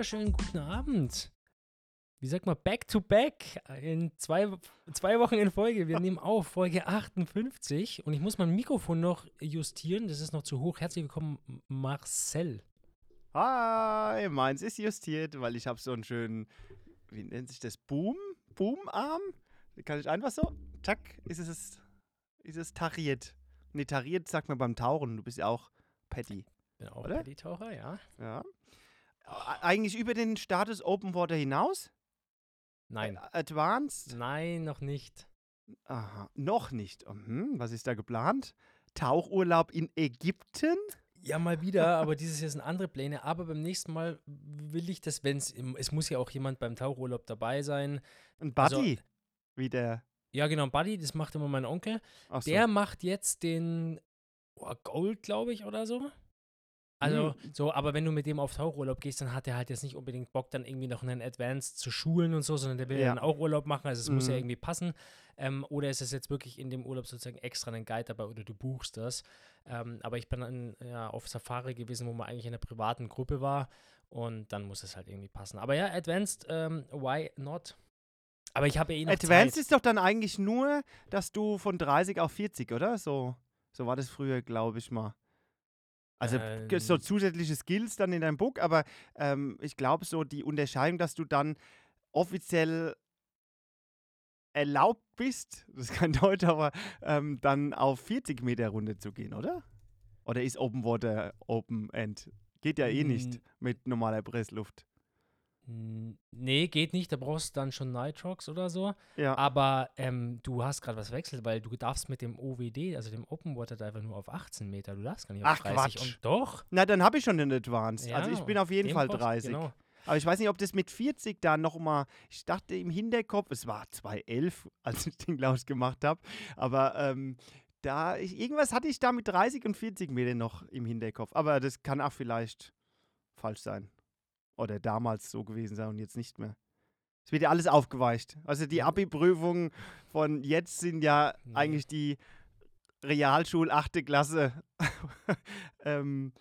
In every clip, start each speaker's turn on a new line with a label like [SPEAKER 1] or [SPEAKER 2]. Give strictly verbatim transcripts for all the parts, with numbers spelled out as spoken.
[SPEAKER 1] wunderschönen guten Abend. Wie sagt man, back to back in zwei, zwei Wochen in Folge. Wir nehmen auf, Folge achtundfünfzig. Und ich muss mein Mikrofon noch justieren, das ist noch zu hoch. Herzlich willkommen, Marcel.
[SPEAKER 2] Hi, meins ist justiert, weil ich habe so einen schönen, wie nennt sich das, Boom? Boomarm? Kann ich einfach so, zack, ist es, ist es tariert. Nee, tariert sagt man beim Tauchen, du bist ja auch Patty.
[SPEAKER 1] Bin auch
[SPEAKER 2] Oder?
[SPEAKER 1] Paddy-Taucher, ja.
[SPEAKER 2] Ja. Ä- Eigentlich über den Status Open Water hinaus?
[SPEAKER 1] Nein.
[SPEAKER 2] Ä- Advanced?
[SPEAKER 1] Nein, noch nicht.
[SPEAKER 2] Aha, noch nicht. Mhm, was ist da geplant? Tauchurlaub in Ägypten?
[SPEAKER 1] Ja, mal wieder, aber dieses Jahr sind andere Pläne. Aber beim nächsten Mal will ich das, wenn es, es muss ja auch jemand beim Tauchurlaub dabei sein.
[SPEAKER 2] Ein
[SPEAKER 1] Also-
[SPEAKER 2] Buddy? Wie der,
[SPEAKER 1] Ja, genau, ein Buddy, das macht immer mein Onkel.
[SPEAKER 2] ach so.
[SPEAKER 1] Der macht jetzt den oh, Gold, glaube ich, oder so. Also,
[SPEAKER 2] Hm.
[SPEAKER 1] so, aber wenn du mit dem auf Tauchurlaub gehst, dann hat er halt jetzt nicht unbedingt Bock, dann irgendwie noch einen Advanced zu schulen und so, sondern der will ja
[SPEAKER 2] Ja.
[SPEAKER 1] dann auch Urlaub machen, also es muss ja
[SPEAKER 2] Mhm.
[SPEAKER 1] irgendwie passen. Ähm, oder ist es jetzt wirklich in dem Urlaub sozusagen extra einen Guide dabei oder du buchst das. Ähm, aber ich bin dann ja, auf Safari gewesen, wo man eigentlich in einer privaten Gruppe war und dann muss es halt irgendwie passen. Aber ja, Advanced, ähm, why not? Aber ich habe ja eh noch
[SPEAKER 2] Advanced
[SPEAKER 1] Zeit.
[SPEAKER 2] ist doch dann eigentlich nur, dass du von dreißig auf vierzig, oder? So, so war das früher, glaube ich mal. Also
[SPEAKER 1] Ähm.
[SPEAKER 2] so zusätzliche Skills dann in deinem Book, aber ähm, ich glaube so die Unterscheidung, dass du dann offiziell erlaubt bist, das ist kein Deutsch, aber ähm, dann auf vierzig Meter Runde zu gehen, oder? Oder ist Open Water Open End? Geht ja eh nicht
[SPEAKER 1] Mm.
[SPEAKER 2] mit normaler Pressluft.
[SPEAKER 1] N- Nee, geht nicht, da brauchst du dann schon Nitrox oder so.
[SPEAKER 2] Ja.
[SPEAKER 1] Aber ähm, du hast gerade was verwechselt, weil du darfst mit dem O W D, also dem Open Water Diver, nur auf achtzehn Meter. Du darfst gar nicht auf
[SPEAKER 2] Ach,
[SPEAKER 1] dreißig.
[SPEAKER 2] Quatsch.
[SPEAKER 1] Und doch.
[SPEAKER 2] Na, dann habe ich schon den Advanced.
[SPEAKER 1] Ja,
[SPEAKER 2] also ich bin auf jeden
[SPEAKER 1] den
[SPEAKER 2] Fall
[SPEAKER 1] brauchst-
[SPEAKER 2] dreißig.
[SPEAKER 1] Genau.
[SPEAKER 2] Aber ich weiß nicht, ob das mit vierzig da nochmal, ich dachte im Hinterkopf, es war zweitausendelf, als ich den, glaube ich, gemacht habe, aber ähm, da, ich, irgendwas hatte ich da mit dreißig und vierzig Meter noch im Hinterkopf. Aber das kann auch vielleicht falsch sein. Oder damals so gewesen sein und jetzt nicht mehr. Es wird ja alles aufgeweicht. Also die
[SPEAKER 1] Mhm.
[SPEAKER 2] Abi-Prüfungen von jetzt sind ja
[SPEAKER 1] Nee.
[SPEAKER 2] eigentlich die Realschul achte Klasse ähm,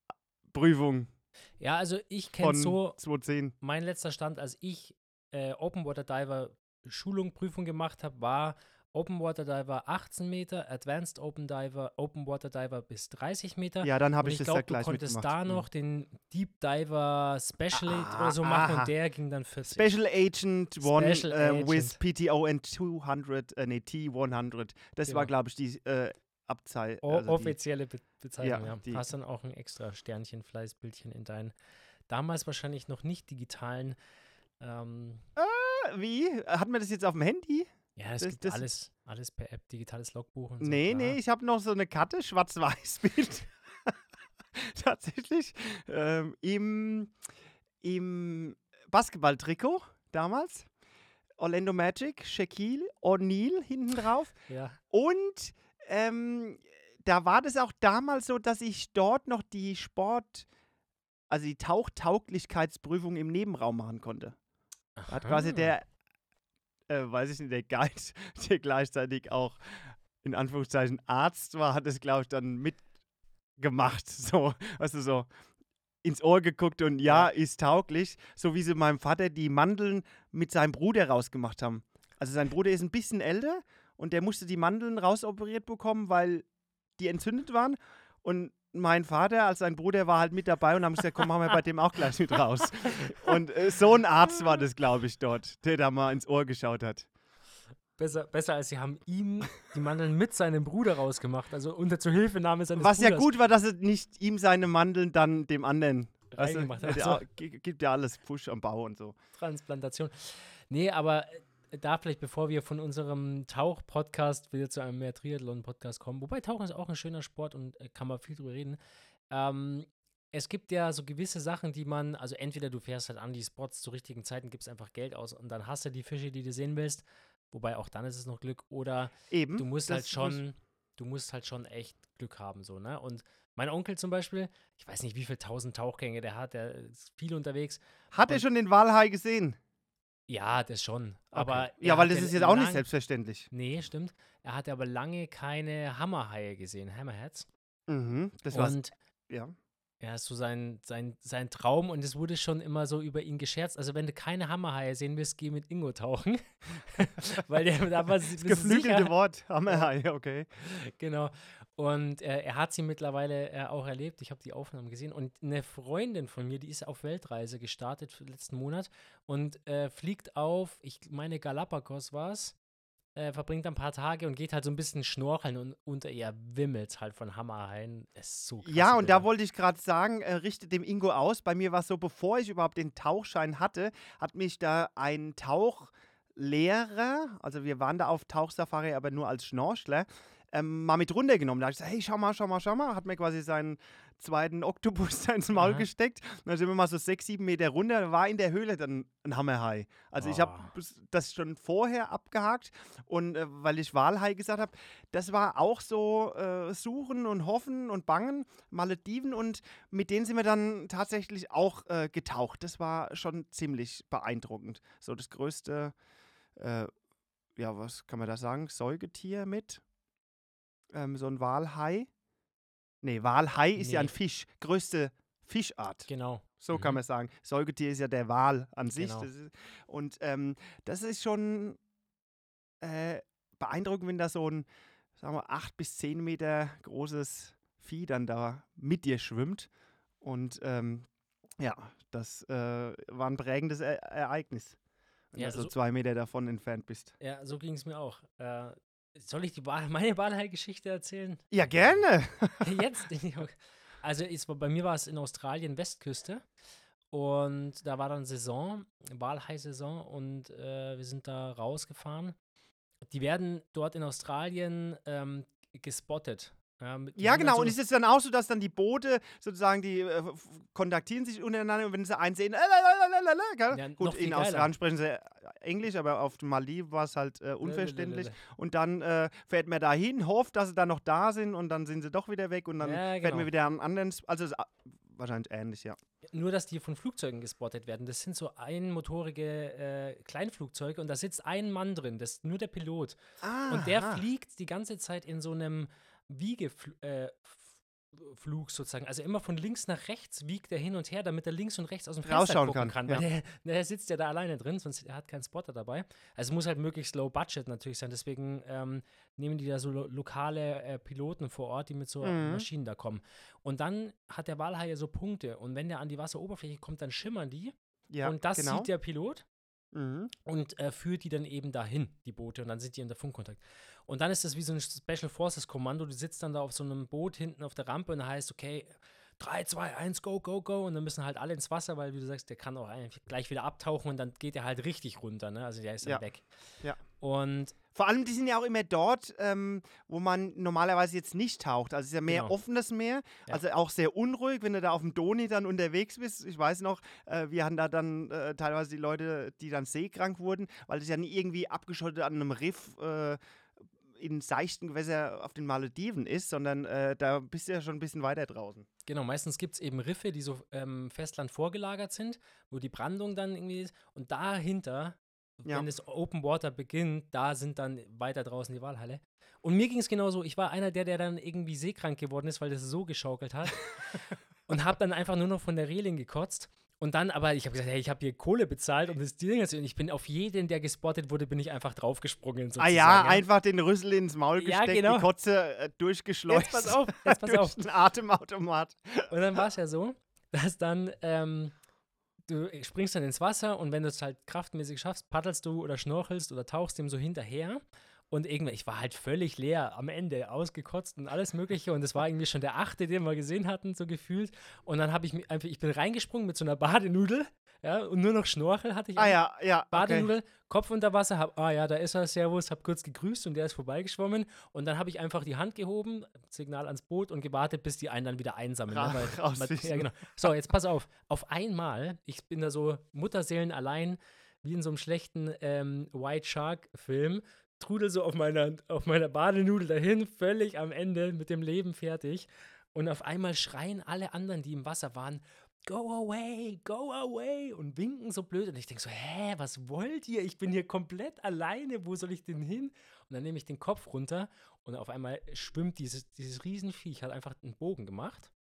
[SPEAKER 2] Prüfung
[SPEAKER 1] Ja, also ich kenne
[SPEAKER 2] von
[SPEAKER 1] so,
[SPEAKER 2] zweitausendzehn.
[SPEAKER 1] mein letzter Stand, als ich äh, Open Water Diver Schulung, Prüfung gemacht habe, war Open Water Diver achtzehn Meter, Advanced Open Diver, Open Water Diver bis dreißig Meter.
[SPEAKER 2] Ja, dann habe
[SPEAKER 1] Und
[SPEAKER 2] ich
[SPEAKER 1] ich
[SPEAKER 2] das ja
[SPEAKER 1] glaube, du
[SPEAKER 2] gleich
[SPEAKER 1] konntest
[SPEAKER 2] mitgemacht.
[SPEAKER 1] da
[SPEAKER 2] Mhm.
[SPEAKER 1] noch den Deep Diver Specialist
[SPEAKER 2] Ah,
[SPEAKER 1] oder so machen
[SPEAKER 2] aha.
[SPEAKER 1] und der ging dann vierzig.
[SPEAKER 2] Special Agent One
[SPEAKER 1] Special
[SPEAKER 2] äh, with
[SPEAKER 1] Agent.
[SPEAKER 2] P T O and zweihundert, äh, nee, T hundert. Das war,
[SPEAKER 1] Genau.
[SPEAKER 2] glaube ich, die äh, Abzei.
[SPEAKER 1] O
[SPEAKER 2] Also die,
[SPEAKER 1] offizielle Be Bezeichnung,
[SPEAKER 2] Ja,
[SPEAKER 1] ja.
[SPEAKER 2] die-
[SPEAKER 1] Hast dann auch ein extra Sternchen, Fleißbildchen in deinen damals wahrscheinlich noch nicht digitalen. Ähm,
[SPEAKER 2] äh, wie? Hat man das jetzt auf dem Handy?
[SPEAKER 1] ja, es
[SPEAKER 2] Das-
[SPEAKER 1] gibt
[SPEAKER 2] das-
[SPEAKER 1] alles, alles per App, digitales Logbuch und so.
[SPEAKER 2] Nee,
[SPEAKER 1] klar.
[SPEAKER 2] nee, ich habe noch so eine Karte, Schwarz-Weiß-Bild. Tatsächlich. Ähm, Im im Basketball-Trikot damals. Orlando Magic, Shaquille O'Neal hinten drauf.
[SPEAKER 1] Ja.
[SPEAKER 2] Und ähm, da war das auch damals so, dass ich dort noch die Sport, also die Tauchtauglichkeitsprüfung im Nebenraum machen konnte. Da hat quasi
[SPEAKER 1] Aha.
[SPEAKER 2] der, äh, weiß ich nicht, der Guide, der gleichzeitig auch in Anführungszeichen Arzt war, hat es, glaube ich, dann mitgemacht. So, weißt du, so ins Ohr geguckt und ja,
[SPEAKER 1] Ja.
[SPEAKER 2] ist tauglich. So wie sie meinem Vater die Mandeln mit seinem Bruder rausgemacht haben. Also sein Bruder ist ein bisschen älter und der musste die Mandeln rausoperiert bekommen, weil die entzündet waren. Und mein Vater als sein Bruder war halt mit dabei und haben gesagt, komm, machen wir bei dem auch gleich mit raus. Und äh, so ein Arzt war das, glaube ich, dort, der da mal ins Ohr geschaut hat.
[SPEAKER 1] Besser, besser als sie haben ihm die Mandeln mit seinem Bruder rausgemacht, also unter Zuhilfenahme seines
[SPEAKER 2] Was ja
[SPEAKER 1] Bruders
[SPEAKER 2] gut war, dass er nicht ihm seine Mandeln dann dem anderen. Weißt du,
[SPEAKER 1] reingemacht hat.
[SPEAKER 2] hätte
[SPEAKER 1] Also,
[SPEAKER 2] auch- gi- gibt ja alles Push am Bau und so.
[SPEAKER 1] Transplantation. Nee, aber äh, da vielleicht, bevor wir von unserem Tauch-Podcast wieder zu einem mehr Triathlon-Podcast kommen, wobei Tauchen ist auch ein schöner Sport und äh, kann man viel drüber reden. Ähm, es gibt ja so gewisse Sachen, die man, also entweder du fährst halt an die Spots zu richtigen Zeiten, gibst einfach Geld aus und dann hast du die Fische, die du sehen willst. Wobei auch dann ist es noch Glück. Oder
[SPEAKER 2] Eben.
[SPEAKER 1] du musst
[SPEAKER 2] das
[SPEAKER 1] halt
[SPEAKER 2] muss-
[SPEAKER 1] schon, du musst halt schon echt Glück haben, so, ne? Und mein Onkel zum Beispiel, ich weiß nicht, wie viele tausend Tauchgänge der hat, der ist viel unterwegs.
[SPEAKER 2] Hat er
[SPEAKER 1] und-
[SPEAKER 2] schon den Walhai gesehen?
[SPEAKER 1] Ja, das schon. Aber
[SPEAKER 2] Okay. Ja,
[SPEAKER 1] er
[SPEAKER 2] weil
[SPEAKER 1] hat
[SPEAKER 2] das ist jetzt auch nicht
[SPEAKER 1] lang-
[SPEAKER 2] selbstverständlich.
[SPEAKER 1] Nee, stimmt. Er hatte aber lange keine Hammerhaie gesehen, Hammerheads.
[SPEAKER 2] Mhm. Das war's.
[SPEAKER 1] Und
[SPEAKER 2] Ja.
[SPEAKER 1] Ja, ist so sein, sein, sein Traum und es wurde schon immer so über ihn gescherzt. Also, wenn du keine Hammerhaie sehen willst, geh mit Ingo tauchen. Weil der da war
[SPEAKER 2] Das
[SPEAKER 1] si-
[SPEAKER 2] geflügelte
[SPEAKER 1] sicher.
[SPEAKER 2] Wort, Hammerhai, okay.
[SPEAKER 1] Genau. Und äh, er hat sie mittlerweile äh, auch erlebt. Ich habe die Aufnahmen gesehen. Und eine Freundin von mir, die ist auf Weltreise gestartet für letzten Monat und äh, fliegt auf, ich meine Galapagos war es, äh, verbringt ein paar Tage und geht halt so ein bisschen schnorcheln und unter ihr wimmelt halt von Hammerhaien. Es ist so krasse
[SPEAKER 2] Ja, und da
[SPEAKER 1] Bilder.
[SPEAKER 2] wollte ich gerade sagen, äh, richte dem Ingo aus. Bei mir war es so, bevor ich überhaupt den Tauchschein hatte, hat mich da ein Tauchlehrer, also wir waren da auf Tauchsafari, aber nur als Schnorchler, ähm, mal mit runtergenommen. Da habe ich gesagt, hey, schau mal, schau mal, schau mal. Hat mir quasi seinen zweiten Oktopus da ins Maul
[SPEAKER 1] Aha.
[SPEAKER 2] gesteckt. Und dann sind wir mal so sechs, sieben Meter runter. Da war in der Höhle dann ein Hammerhai. Also ich habe
[SPEAKER 1] Oh.
[SPEAKER 2] das schon vorher abgehakt. Und äh, weil ich Walhai gesagt habe, das war auch so äh, Suchen und Hoffen und Bangen, Malediven. Und mit denen sind wir dann tatsächlich auch äh, getaucht. Das war schon ziemlich beeindruckend. So das größte, äh, ja, was kann man da sagen, Säugetier mit. Ähm, so ein Walhai. Nee, Walhai ist ja ein
[SPEAKER 1] Nee,
[SPEAKER 2] Fisch. Größte Fischart.
[SPEAKER 1] genau.
[SPEAKER 2] So kann
[SPEAKER 1] Mhm.
[SPEAKER 2] man sagen. Säugetier ist ja der Wal an sich.
[SPEAKER 1] Genau.
[SPEAKER 2] Das ist, und ähm, das ist schon äh, beeindruckend, wenn da so ein, sagen wir, acht bis zehn Meter großes Vieh dann da mit dir schwimmt. Und ähm, ja, das äh, war ein prägendes e Ereignis, wenn
[SPEAKER 1] Ja,
[SPEAKER 2] du so
[SPEAKER 1] so,
[SPEAKER 2] zwei Meter davon entfernt bist.
[SPEAKER 1] ja, so ging es mir auch. Äh, soll ich die Wal meine Walhai-Geschichte erzählen?
[SPEAKER 2] Ja, gerne.
[SPEAKER 1] Jetzt? Also es war, bei mir war es in Australien Westküste und da war dann Saison, Walhai-Saison und äh, wir sind da rausgefahren. Die werden dort in Australien ähm, gespottet. Ja, mit- die
[SPEAKER 2] Ja,
[SPEAKER 1] haben dann
[SPEAKER 2] genau.
[SPEAKER 1] so,
[SPEAKER 2] Und ist es dann auch so, dass dann die Boote sozusagen, die äh, f- kontaktieren sich untereinander und wenn sie einen sehen, äh, lalalala, gell?
[SPEAKER 1] ja,
[SPEAKER 2] Gut,
[SPEAKER 1] noch viel
[SPEAKER 2] in
[SPEAKER 1] geiler.
[SPEAKER 2] Australien sprechen sie äh, Englisch, aber auf dem Maldiv war es halt äh, unverständlich. Und dann äh, fährt man da hin, hofft, dass sie dann noch da sind und dann sind sie doch wieder weg und dann
[SPEAKER 1] Ja,
[SPEAKER 2] fährt
[SPEAKER 1] genau.
[SPEAKER 2] man wieder am anderen. Sp- Also es ist, äh, wahrscheinlich ähnlich, ja.
[SPEAKER 1] Nur, dass die von Flugzeugen gespottet werden. Das sind so einmotorige äh, Kleinflugzeuge und da sitzt ein Mann drin, das ist nur der Pilot.
[SPEAKER 2] Ah,
[SPEAKER 1] Und der fliegt die ganze Zeit in so einem Wiegeflug äh, Flug sozusagen. Also immer von links nach rechts wiegt er hin und her, damit er links und rechts aus dem Fenster
[SPEAKER 2] Rausschauen
[SPEAKER 1] gucken
[SPEAKER 2] kann,
[SPEAKER 1] kann. Weil der, der sitzt ja da alleine drin, sonst er hat keinen Spotter dabei. Also es muss halt möglichst low budget natürlich sein. Deswegen ähm, nehmen die da so lo lokale äh, Piloten vor Ort, die mit so
[SPEAKER 2] Mhm.
[SPEAKER 1] Maschinen da kommen. Und dann hat der Walhai ja so Punkte. Und wenn der an die Wasseroberfläche kommt, dann schimmern die.
[SPEAKER 2] Ja,
[SPEAKER 1] Und das
[SPEAKER 2] genau.
[SPEAKER 1] sieht der Pilot
[SPEAKER 2] Mhm.
[SPEAKER 1] und äh, führt die dann eben dahin, die Boote, und dann sind die in der Funkkontakt. Und dann ist das wie so ein Special Forces Kommando, du sitzt dann da auf so einem Boot hinten auf der Rampe und da heißt, okay, drei, zwei, eins, go, go, go, und dann müssen halt alle ins Wasser, weil, wie du sagst, der kann auch eigentlich gleich wieder abtauchen und dann geht er halt richtig runter, ne, also der ist dann
[SPEAKER 2] Ja.
[SPEAKER 1] weg.
[SPEAKER 2] Ja.
[SPEAKER 1] Und
[SPEAKER 2] Vor allem, die sind ja auch immer dort, ähm, wo man normalerweise jetzt nicht taucht. Also es ist ja mehr
[SPEAKER 1] Genau.
[SPEAKER 2] offenes Meer,
[SPEAKER 1] Ja.
[SPEAKER 2] also auch sehr unruhig, wenn du da auf dem Doni dann unterwegs bist. Ich weiß noch, äh, wir hatten da dann äh, teilweise die Leute, die dann seekrank wurden, weil das ja nie irgendwie abgeschottet an einem Riff äh, in seichten Gewässer auf den Malediven ist, sondern äh, da bist du ja schon ein bisschen weiter draußen.
[SPEAKER 1] genau, meistens gibt es eben Riffe, die so ähm, Festland vorgelagert sind, wo die Brandung dann irgendwie ist und dahinter,
[SPEAKER 2] Ja.
[SPEAKER 1] wenn das Open Water beginnt, da sind dann weiter draußen die Walhalle. Und mir ging es genauso. Ich war einer der, der dann irgendwie seekrank geworden ist, weil das so geschaukelt hat. Und habe dann einfach nur noch von der Reling gekotzt. Und dann, aber ich habe gesagt, hey, ich habe hier Kohle bezahlt, um das Ding zu. Und ich bin auf jeden, der gespottet wurde, bin ich einfach draufgesprungen. Sozusagen,
[SPEAKER 2] Ah ja, einfach den Rüssel ins Maul
[SPEAKER 1] Ja,
[SPEAKER 2] gesteckt,
[SPEAKER 1] genau.
[SPEAKER 2] die Kotze äh, durchgeschleust.
[SPEAKER 1] Jetzt pass auf, jetzt pass
[SPEAKER 2] durch
[SPEAKER 1] auf.
[SPEAKER 2] den Atemautomat.
[SPEAKER 1] Und dann war es ja so, dass dann, ähm, du springst dann ins Wasser und wenn du es halt kraftmäßig schaffst, paddelst du oder schnorchelst oder tauchst dem so hinterher. Und irgendwann, ich war halt völlig leer am Ende, ausgekotzt und alles Mögliche. Und das war irgendwie schon der achte, den wir gesehen hatten, so gefühlt. Und dann habe ich mich einfach, ich bin reingesprungen mit so einer Badenudel, ja, und nur noch Schnorchel hatte ich.
[SPEAKER 2] Ah ja, ja. Okay.
[SPEAKER 1] Badenudel, Kopf unter Wasser, hab, ah ja, da ist er, Servus, hab kurz gegrüßt und der ist vorbeigeschwommen. Und dann habe ich einfach die Hand gehoben, Signal ans Boot und gewartet, bis die einen dann wieder einsammeln.
[SPEAKER 2] Ra
[SPEAKER 1] Ne, weil,
[SPEAKER 2] rausfischen.
[SPEAKER 1] ja, genau. So, jetzt pass auf. Auf einmal, ich bin da so Mutterseelen allein, wie in so einem schlechten ähm, White Shark-Film, trudel so auf meiner, auf meiner Badenudel dahin, völlig am Ende mit dem Leben fertig. Und auf einmal schreien alle anderen, die im Wasser waren, go away, go away und winken so blöd. Und ich denke so, hä, was wollt ihr? Ich bin hier komplett alleine, wo soll ich denn hin? Und dann nehme ich den Kopf runter und auf einmal schwimmt dieses, dieses Riesenviech, hat einfach einen Bogen gemacht.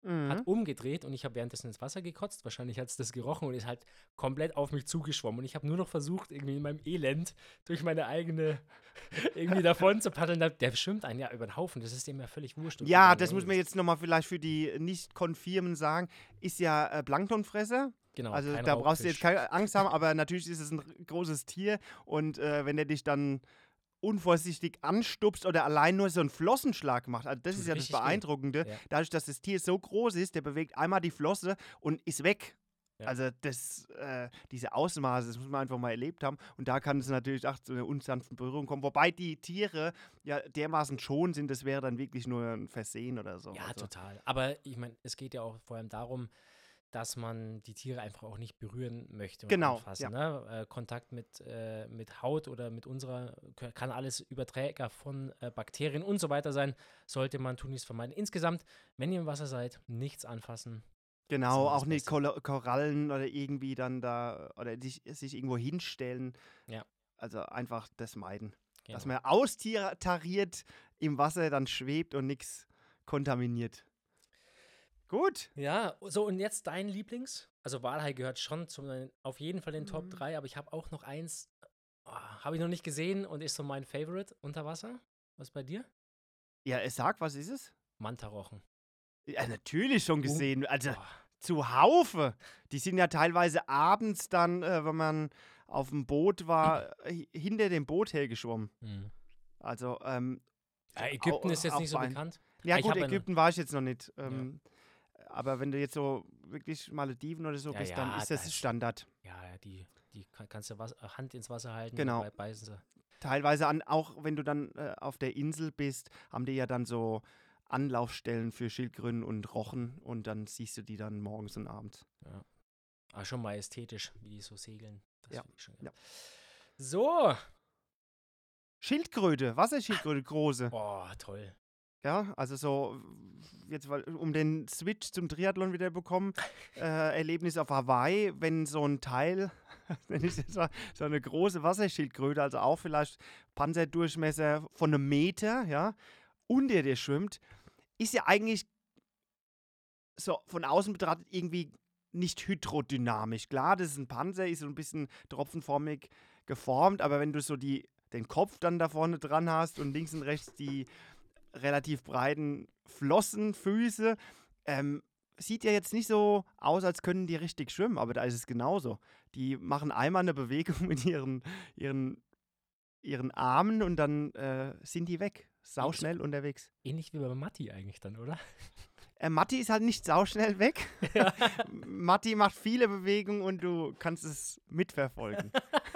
[SPEAKER 2] Mhm.
[SPEAKER 1] hat umgedreht und ich habe währenddessen ins Wasser gekotzt. Wahrscheinlich hat es das gerochen und ist halt komplett auf mich zugeschwommen. Und ich habe nur noch versucht, irgendwie in meinem Elend durch meine eigene irgendwie davon zu paddeln. Der, der schwimmt einen ja über den Haufen. Das ist dem ja völlig wurscht. ob du
[SPEAKER 2] Ja,
[SPEAKER 1] da
[SPEAKER 2] das muss man
[SPEAKER 1] hängst.
[SPEAKER 2] jetzt nochmal vielleicht für die Nicht-Konfirmen sagen. Ist ja äh, Planktonfresser.
[SPEAKER 1] Genau,
[SPEAKER 2] Also
[SPEAKER 1] kein
[SPEAKER 2] da brauchst du jetzt
[SPEAKER 1] Raubfisch.
[SPEAKER 2] keine Angst haben, aber natürlich ist es ein großes Tier und äh, wenn er dich dann unvorsichtig anstupst oder allein nur so einen Flossenschlag macht, also das
[SPEAKER 1] Tut
[SPEAKER 2] ist ja das
[SPEAKER 1] richtig weh.
[SPEAKER 2] Beeindruckende,
[SPEAKER 1] Ja.
[SPEAKER 2] dadurch, dass das Tier so groß ist, der bewegt einmal die Flosse und ist weg.
[SPEAKER 1] Ja.
[SPEAKER 2] Also das, äh, diese Ausmaße, das muss man einfach mal erlebt haben und da kann es natürlich auch zu einer unsanften Berührung kommen, wobei die Tiere ja dermaßen schon sind, das wäre dann wirklich nur ein Versehen oder so.
[SPEAKER 1] Ja,
[SPEAKER 2] also.
[SPEAKER 1] total. Aber ich meine, es geht ja auch vor allem darum, dass man die Tiere einfach auch nicht berühren möchte und
[SPEAKER 2] Genau,
[SPEAKER 1] anfassen.
[SPEAKER 2] ja.
[SPEAKER 1] Ne? Äh, Kontakt mit, äh, mit Haut oder mit unserer, k- kann alles Überträger von äh, Bakterien und so weiter sein, sollte man tunlichst vermeiden. Insgesamt, wenn ihr im Wasser seid, nichts anfassen.
[SPEAKER 2] Genau,
[SPEAKER 1] immer das
[SPEAKER 2] auch nicht
[SPEAKER 1] Beste.
[SPEAKER 2] Kol Korallen oder irgendwie dann da oder sich, sich irgendwo hinstellen.
[SPEAKER 1] Ja.
[SPEAKER 2] Also einfach das meiden. Dass
[SPEAKER 1] Genau.
[SPEAKER 2] man austariert im Wasser dann schwebt und nichts kontaminiert. Gut.
[SPEAKER 1] Ja, so und jetzt dein Lieblings? Also Walhai gehört schon zu meinen, auf jeden Fall den Top
[SPEAKER 2] Mhm.
[SPEAKER 1] drei, aber ich habe auch noch eins, oh, habe ich noch nicht gesehen und ist so mein Favorite unter Wasser. Was bei dir?
[SPEAKER 2] Ja, es sag, was ist es?
[SPEAKER 1] Mantarochen.
[SPEAKER 2] Ja, natürlich schon gesehen. Also
[SPEAKER 1] Oh,
[SPEAKER 2] zu Haufe. Die sind ja teilweise abends dann, äh, wenn man auf dem Boot war, hi- hinter dem Boot hergeschwommen.
[SPEAKER 1] mhm.
[SPEAKER 2] Also, ähm,
[SPEAKER 1] Ja, Ägypten
[SPEAKER 2] au-
[SPEAKER 1] ist jetzt
[SPEAKER 2] auch
[SPEAKER 1] nicht so
[SPEAKER 2] bei-
[SPEAKER 1] bekannt.
[SPEAKER 2] Ja
[SPEAKER 1] Ah, ich
[SPEAKER 2] gut,
[SPEAKER 1] hab ja noch-
[SPEAKER 2] Ägypten war ich jetzt noch nicht. Ähm, Aber wenn du jetzt so wirklich Malediven oder so
[SPEAKER 1] Ja,
[SPEAKER 2] bist,
[SPEAKER 1] ja,
[SPEAKER 2] dann ist das
[SPEAKER 1] das-
[SPEAKER 2] Standard.
[SPEAKER 1] Ja, ja, die, die kann, kannst du was, äh, Hand ins Wasser halten
[SPEAKER 2] Genau.
[SPEAKER 1] und bei- beißen sie.
[SPEAKER 2] Teilweise an, auch wenn du dann äh, auf der Insel bist, haben die ja dann so Anlaufstellen für Schildkröten und Rochen und dann siehst du die dann morgens und abends.
[SPEAKER 1] Ah, schon majestätisch, wie die so segeln. Das
[SPEAKER 2] Ja,
[SPEAKER 1] finde ich schon
[SPEAKER 2] ja.
[SPEAKER 1] geil. So.
[SPEAKER 2] Schildkröte, Wasserschildkröte, große.
[SPEAKER 1] Oh, toll.
[SPEAKER 2] Ja, also so, jetzt weil, um den Switch zum Triathlon wieder bekommen, äh, Erlebnis auf Hawaii, wenn so ein Teil, wenn ich jetzt mal, so eine große Wasserschildkröte, also auch vielleicht Panzerdurchmesser von einem Meter, ja, unter dir schwimmt, ist ja eigentlich so von außen betrachtet irgendwie nicht hydrodynamisch. Klar, das ist ein Panzer, ist so ein bisschen tropfenförmig geformt, aber wenn du so die, den Kopf dann da vorne dran hast und links und rechts die relativ breiten Flossenfüße, ähm, sieht ja jetzt nicht so aus, als können die richtig schwimmen, aber da ist es genauso. Die machen einmal eine Bewegung mit ihren, ihren, ihren Armen und dann äh, sind die weg. Sauschnell unterwegs.
[SPEAKER 1] Ähnlich wie bei Matti eigentlich dann, oder?
[SPEAKER 2] Äh, Matti ist halt nicht sauschnell weg.
[SPEAKER 1] Ja.
[SPEAKER 2] Matti macht viele Bewegungen und du kannst es mitverfolgen.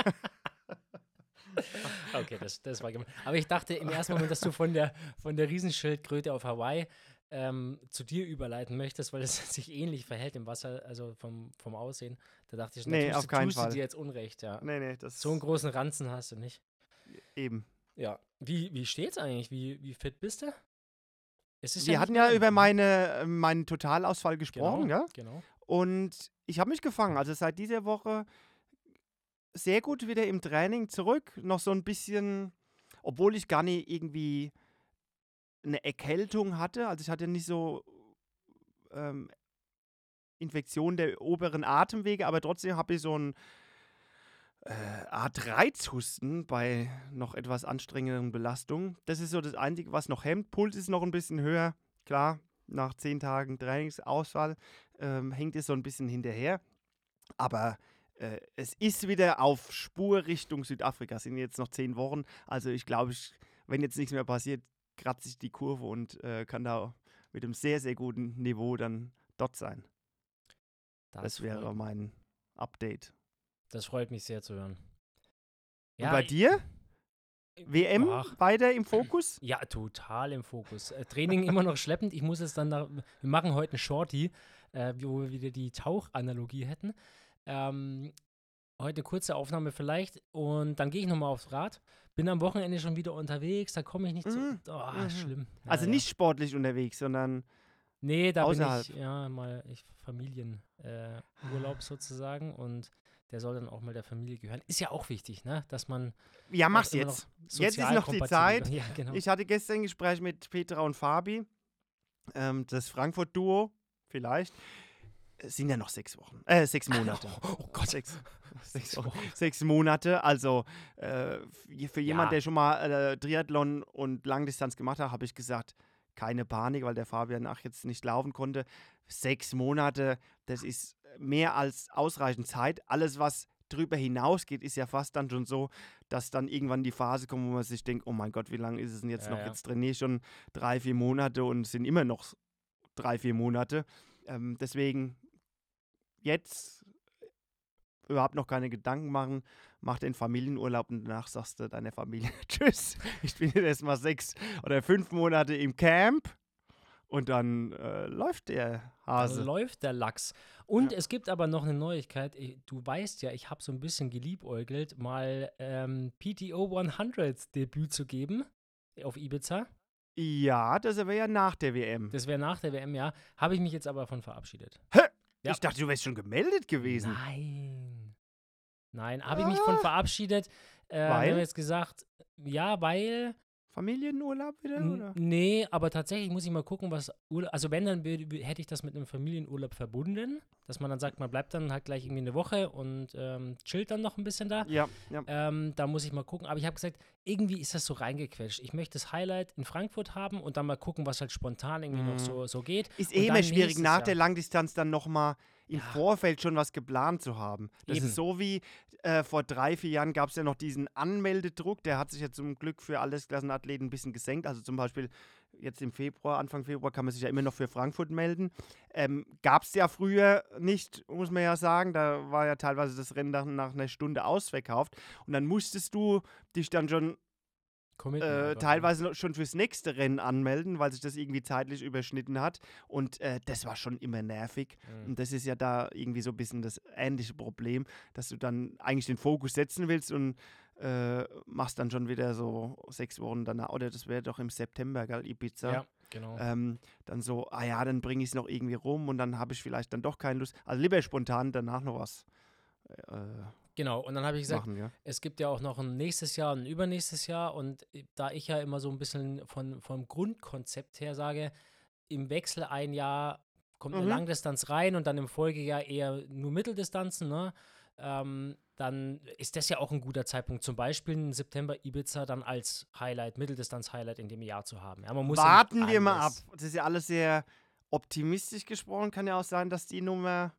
[SPEAKER 1] Okay, das, das war gemein. Aber ich dachte im ersten Moment, dass du von der, von der Riesenschildkröte auf Hawaii ähm, zu dir überleiten möchtest, weil es sich ähnlich verhält im Wasser, also vom, vom Aussehen. Da dachte ich, na,
[SPEAKER 2] Nee,
[SPEAKER 1] tust,
[SPEAKER 2] auf
[SPEAKER 1] du-
[SPEAKER 2] keinen
[SPEAKER 1] tust du
[SPEAKER 2] Fall.
[SPEAKER 1] dir jetzt Unrecht, ja.
[SPEAKER 2] Nee, nee, das
[SPEAKER 1] So einen großen Ranzen hast du nicht.
[SPEAKER 2] eben.
[SPEAKER 1] Ja. Wie, wie steht's eigentlich? Wie, wie fit bist du? Es ist
[SPEAKER 2] Wir
[SPEAKER 1] nicht
[SPEAKER 2] hatten
[SPEAKER 1] mehr
[SPEAKER 2] ja
[SPEAKER 1] lang.
[SPEAKER 2] über meine, äh, meinen Totalausfall gesprochen,
[SPEAKER 1] genau,
[SPEAKER 2] ja?
[SPEAKER 1] Genau.
[SPEAKER 2] Und ich habe mich gefangen. Also seit dieser Woche sehr gut wieder im Training zurück. Noch so ein bisschen, obwohl ich gar nicht irgendwie eine Erkältung hatte. Also ich hatte nicht so ähm, Infektion der oberen Atemwege, aber trotzdem habe ich so ein äh, Art Reizhusten bei noch etwas anstrengenderen Belastungen. Das ist so das Einzige, was noch hemmt. Puls ist noch ein bisschen höher. Klar, nach zehn Tagen Trainingsausfall ähm, hängt es so ein bisschen hinterher. Aber äh, es ist wieder auf Spur Richtung Südafrika. Es sind jetzt noch zehn Wochen. Also ich glaube, ich, wenn jetzt nichts mehr passiert, kratze ich die Kurve und äh, kann da mit einem sehr, sehr guten Niveau dann dort sein. Das, das wäre
[SPEAKER 1] freut,
[SPEAKER 2] mein Update.
[SPEAKER 1] das freut mich sehr zu hören.
[SPEAKER 2] Und bei dir? W M
[SPEAKER 1] Ach,
[SPEAKER 2] weiter im Fokus?
[SPEAKER 1] ja, total im Fokus. Äh, Training immer noch schleppend. Ich muss jetzt dann, da, wir machen heute einen Shorty, äh, wo wir wieder die Tauchanalogie hätten. Ähm, heute eine kurze Aufnahme vielleicht und dann gehe ich nochmal aufs Rad. Bin am Wochenende schon wieder unterwegs, da komme ich nicht
[SPEAKER 2] Mhm.
[SPEAKER 1] zu. Oh,
[SPEAKER 2] Mhm.
[SPEAKER 1] schlimm. Ja,
[SPEAKER 2] Also
[SPEAKER 1] ja.
[SPEAKER 2] nicht sportlich unterwegs, sondern
[SPEAKER 1] Nee, da
[SPEAKER 2] außerhalb.
[SPEAKER 1] bin ich, ja, mal ich, Familienurlaub äh, Urlaub sozusagen und der soll dann auch mal der Familie gehören. Ist ja auch wichtig, ne, dass man
[SPEAKER 2] Ja,
[SPEAKER 1] auch
[SPEAKER 2] mach's
[SPEAKER 1] immer
[SPEAKER 2] jetzt.
[SPEAKER 1] noch
[SPEAKER 2] Jetzt ist
[SPEAKER 1] sozial
[SPEAKER 2] noch die
[SPEAKER 1] kompatibel-
[SPEAKER 2] Zeit.
[SPEAKER 1] Ja, genau.
[SPEAKER 2] Ich hatte gestern ein Gespräch mit Petra und Fabi, ähm, das Frankfurt-Duo. vielleicht. Es sind ja noch sechs Wochen, äh, sechs Monate.
[SPEAKER 1] Oh, oh Gott.
[SPEAKER 2] Sechs, sechs, Wochen. sechs Monate, also äh, für jemanden,
[SPEAKER 1] Ja.
[SPEAKER 2] der schon mal äh, Triathlon und Langdistanz gemacht hat, habe ich gesagt, keine Panik, weil der Fabian ach jetzt nicht laufen konnte. Sechs Monate, das ist mehr als ausreichend Zeit. Alles, was drüber hinausgeht, ist ja fast dann schon so, dass dann irgendwann die Phase kommt, wo man sich denkt, oh mein Gott, wie lange ist es denn jetzt
[SPEAKER 1] Ja,
[SPEAKER 2] noch?
[SPEAKER 1] ja.
[SPEAKER 2] Jetzt trainiere ich schon drei, vier Monate und es sind immer noch drei, vier Monate. Ähm, deswegen jetzt überhaupt noch keine Gedanken machen, mach den Familienurlaub und danach sagst du deiner Familie tschüss, ich bin jetzt erstmal sechs oder fünf Monate im Camp und dann äh, läuft der
[SPEAKER 1] Da
[SPEAKER 2] Hase.
[SPEAKER 1] läuft der Lachs. Und
[SPEAKER 2] Ja.
[SPEAKER 1] es gibt aber noch eine Neuigkeit. Ich, du weißt ja, ich habe so ein bisschen geliebäugelt, mal ähm, P T O hundert Debüt zu geben auf Ibiza.
[SPEAKER 2] Ja, das wäre ja nach der W M.
[SPEAKER 1] Das wäre nach der W M, ja. Habe ich mich jetzt aber davon verabschiedet.
[SPEAKER 2] Hä?
[SPEAKER 1] Ja.
[SPEAKER 2] Ich dachte, du wärst schon gemeldet gewesen.
[SPEAKER 1] Nein. Nein, habe ich mich von verabschiedet. Äh,
[SPEAKER 2] Weil?
[SPEAKER 1] Wir haben jetzt gesagt, ja, weil.
[SPEAKER 2] Familienurlaub wieder,
[SPEAKER 1] n-
[SPEAKER 2] oder?
[SPEAKER 1] Nee, aber tatsächlich muss ich mal gucken, was Urlaub. Also, wenn, dann wür- wür- hätte ich das mit einem Familienurlaub verbunden. Dass man dann sagt, man bleibt dann halt gleich irgendwie eine Woche und ähm, chillt dann noch ein bisschen da.
[SPEAKER 2] Ja, ja.
[SPEAKER 1] Ähm, da muss ich mal gucken. Aber ich habe gesagt, irgendwie ist das so reingequetscht. Ich möchte das Highlight in Frankfurt haben und dann mal gucken, was halt spontan irgendwie noch
[SPEAKER 2] Mhm.
[SPEAKER 1] so, so geht.
[SPEAKER 2] Ist
[SPEAKER 1] Und
[SPEAKER 2] eh immer
[SPEAKER 1] dann
[SPEAKER 2] schwierig,
[SPEAKER 1] nächstes
[SPEAKER 2] nach
[SPEAKER 1] Jahr.
[SPEAKER 2] der Langdistanz dann nochmal im
[SPEAKER 1] Ja.
[SPEAKER 2] Vorfeld schon was geplant zu haben. Das
[SPEAKER 1] Eben.
[SPEAKER 2] ist so wie äh, vor drei, vier Jahren gab es ja noch diesen Anmeldedruck. Der hat sich ja zum Glück für alle Klassenathleten ein bisschen gesenkt. Also zum Beispiel jetzt im Februar, Anfang Februar kann man sich ja immer noch für Frankfurt melden. Ähm, gab es ja früher nicht, muss man ja sagen. Da war ja teilweise das Rennen nach, nach einer Stunde ausverkauft. Und dann musstest du dich dann schon
[SPEAKER 1] Committen
[SPEAKER 2] äh,
[SPEAKER 1] einfach, ne?
[SPEAKER 2] teilweise noch schon fürs nächste Rennen anmelden, weil sich das irgendwie zeitlich überschnitten hat. Und äh, das war schon immer nervig.
[SPEAKER 1] Mhm.
[SPEAKER 2] Und das ist ja da irgendwie so ein bisschen das ähnliche Problem, dass du dann eigentlich den Fokus setzen willst und äh, machst dann schon wieder so sechs Wochen danach. Oder das wäre doch im September, gell, Ibiza.
[SPEAKER 1] Ja, genau.
[SPEAKER 2] Ähm, dann so, ah ja, dann bringe ich es noch irgendwie rum und dann habe ich vielleicht dann doch keine Lust. Also lieber spontan danach noch was äh,
[SPEAKER 1] Genau, und dann habe ich gesagt,
[SPEAKER 2] machen, ja.
[SPEAKER 1] es gibt ja auch noch ein nächstes Jahr und ein übernächstes Jahr. Und äh, da ich ja immer so ein bisschen von, vom Grundkonzept her sage, im Wechsel ein Jahr kommt eine
[SPEAKER 2] Mhm.
[SPEAKER 1] Langdistanz rein und dann im Folgejahr eher nur Mitteldistanzen, ne? Ähm, dann ist das ja auch ein guter Zeitpunkt, zum Beispiel im September Ibiza dann als Highlight, Mitteldistanz-Highlight in dem Jahr zu haben. Ja, man muss ja nicht
[SPEAKER 2] Warten wir mal ab.
[SPEAKER 1] alles-
[SPEAKER 2] Das ist ja alles sehr optimistisch gesprochen. Kann ja auch sein, dass die Nummer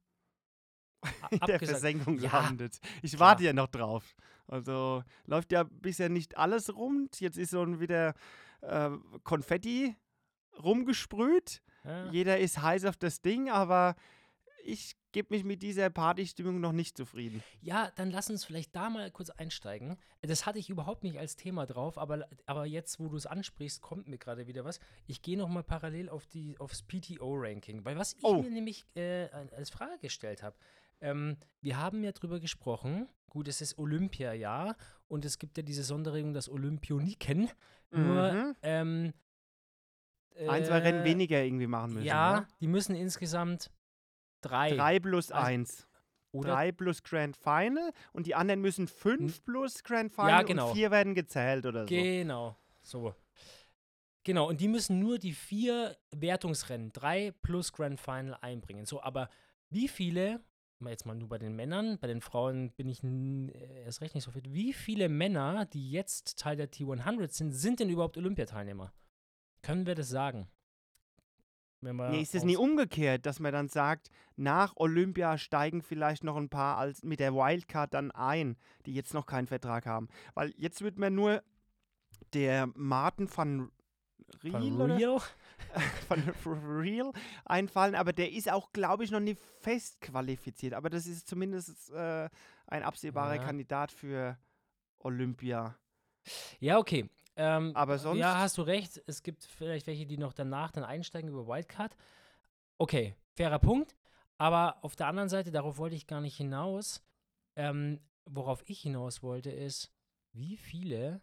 [SPEAKER 2] in der
[SPEAKER 1] abgesagt.
[SPEAKER 2] Versenkung
[SPEAKER 1] Ja,
[SPEAKER 2] landet. Ich
[SPEAKER 1] klar.
[SPEAKER 2] warte ja noch drauf. Also läuft ja bisher nicht alles rund. Jetzt ist so ein wieder äh, Konfetti rumgesprüht.
[SPEAKER 1] Ja.
[SPEAKER 2] Jeder ist heiß auf das Ding, aber ich gebe mich mit dieser Partystimmung noch nicht zufrieden.
[SPEAKER 1] Ja, dann lass uns vielleicht da mal kurz einsteigen. Das hatte ich überhaupt nicht als Thema drauf, aber, aber jetzt, wo du es ansprichst, kommt mir gerade wieder was. Ich gehe nochmal parallel auf die, aufs P T O-Ranking, weil was ich
[SPEAKER 2] Oh.
[SPEAKER 1] mir nämlich äh, als Frage gestellt habe, ähm, wir haben ja drüber gesprochen, gut, es ist Olympiajahr und es gibt ja diese Sonderregelung, das Olympioniken, nur
[SPEAKER 2] Mhm.
[SPEAKER 1] ähm,
[SPEAKER 2] Ein, zwei Rennen
[SPEAKER 1] äh,
[SPEAKER 2] weniger irgendwie machen müssen.
[SPEAKER 1] Ja, die müssen insgesamt drei.
[SPEAKER 2] Drei plus
[SPEAKER 1] Also-
[SPEAKER 2] eins.
[SPEAKER 1] oder
[SPEAKER 2] Drei plus Grand Final und die anderen müssen fünf plus Grand Final
[SPEAKER 1] Ja, genau.
[SPEAKER 2] und vier werden gezählt oder so.
[SPEAKER 1] Genau, so. Genau, und die müssen nur die vier Wertungsrennen, drei plus Grand Final einbringen. So, aber wie viele, mal jetzt mal nur bei den Männern, bei den Frauen bin ich n- äh, erst recht nicht so fit, wie viele Männer, die jetzt Teil der T hundert sind, sind denn überhaupt Olympiateilnehmer? Können wir das sagen? Wenn wir
[SPEAKER 2] Nee, ist das
[SPEAKER 1] aus-
[SPEAKER 2] nie umgekehrt, dass man dann sagt, nach Olympia steigen vielleicht noch ein paar als mit der Wildcard dann ein, die jetzt noch keinen Vertrag haben? Weil jetzt wird mir nur der Martin van Riel,
[SPEAKER 1] Von
[SPEAKER 2] oder?
[SPEAKER 1] Rio?
[SPEAKER 2] Van Riel einfallen, aber der ist auch, glaube ich, noch nicht fest qualifiziert. Aber das ist zumindest äh, ein absehbarer
[SPEAKER 1] Ja.
[SPEAKER 2] Kandidat für Olympia.
[SPEAKER 1] Ja, okay. Ähm,
[SPEAKER 2] Aber sonst-
[SPEAKER 1] Ja, hast du recht. Es gibt vielleicht welche, die noch danach dann einsteigen über Wildcard. Okay, fairer Punkt. Aber auf der anderen Seite, darauf wollte ich gar nicht hinaus. Ähm, worauf ich hinaus wollte, ist, wie viele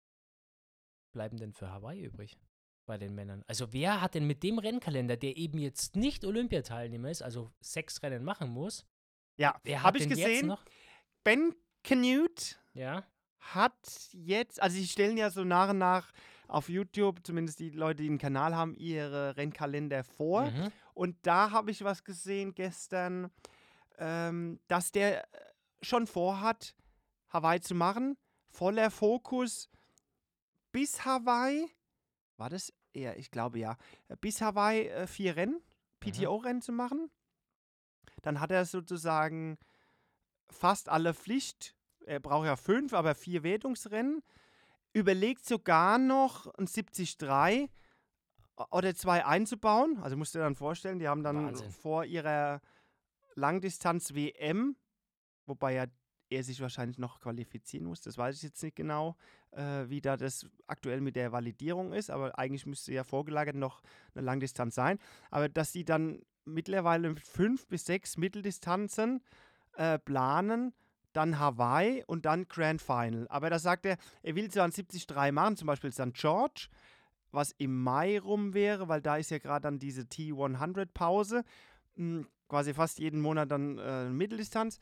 [SPEAKER 1] bleiben denn für Hawaii übrig bei den Männern? Also wer hat denn mit dem Rennkalender, der eben jetzt nicht Olympiateilnehmer ist, also sechs Rennen machen muss,
[SPEAKER 2] Ja,
[SPEAKER 1] wer hat
[SPEAKER 2] habe ich
[SPEAKER 1] denn jetzt
[SPEAKER 2] gesehen.
[SPEAKER 1] noch?
[SPEAKER 2] Ben Canute
[SPEAKER 1] Ja,
[SPEAKER 2] hat jetzt, also sie stellen ja so nach und nach auf YouTube, zumindest die Leute, die einen Kanal haben, ihre Rennkalender vor.
[SPEAKER 1] mhm.
[SPEAKER 2] Und da habe ich was gesehen gestern, ähm, dass der schon vorhat, Hawaii zu machen. Voller Fokus bis Hawaii. War das? Ja, ich glaube ja. Bis Hawaii äh, vier Rennen, P T O-Rennen zu machen. Dann hat er sozusagen fast alle Pflicht. Er braucht ja fünf, aber vier Wertungsrennen. Überlegt sogar noch ein siebzig drei oder zwei einzubauen. Also musst du dir dann vorstellen, die haben dann
[SPEAKER 1] Wahnsinn.
[SPEAKER 2] vor ihrer Langdistanz-W M, wobei ja er sich wahrscheinlich noch qualifizieren muss, das weiß ich jetzt nicht genau, äh, wie da das aktuell mit der Validierung ist, aber eigentlich müsste ja vorgelagert noch eine Langdistanz sein. Aber dass die dann mittlerweile mit fünf bis sechs Mitteldistanzen äh, planen, dann Hawaii und dann Grand Final. Aber da sagt er, er will zwar ein siebzig drei machen, zum Beispiel Sankt George, was im Mai rum wäre, weil da ist ja gerade dann diese T hundert Pause, mh, quasi fast jeden Monat dann äh, Mitteldistanz,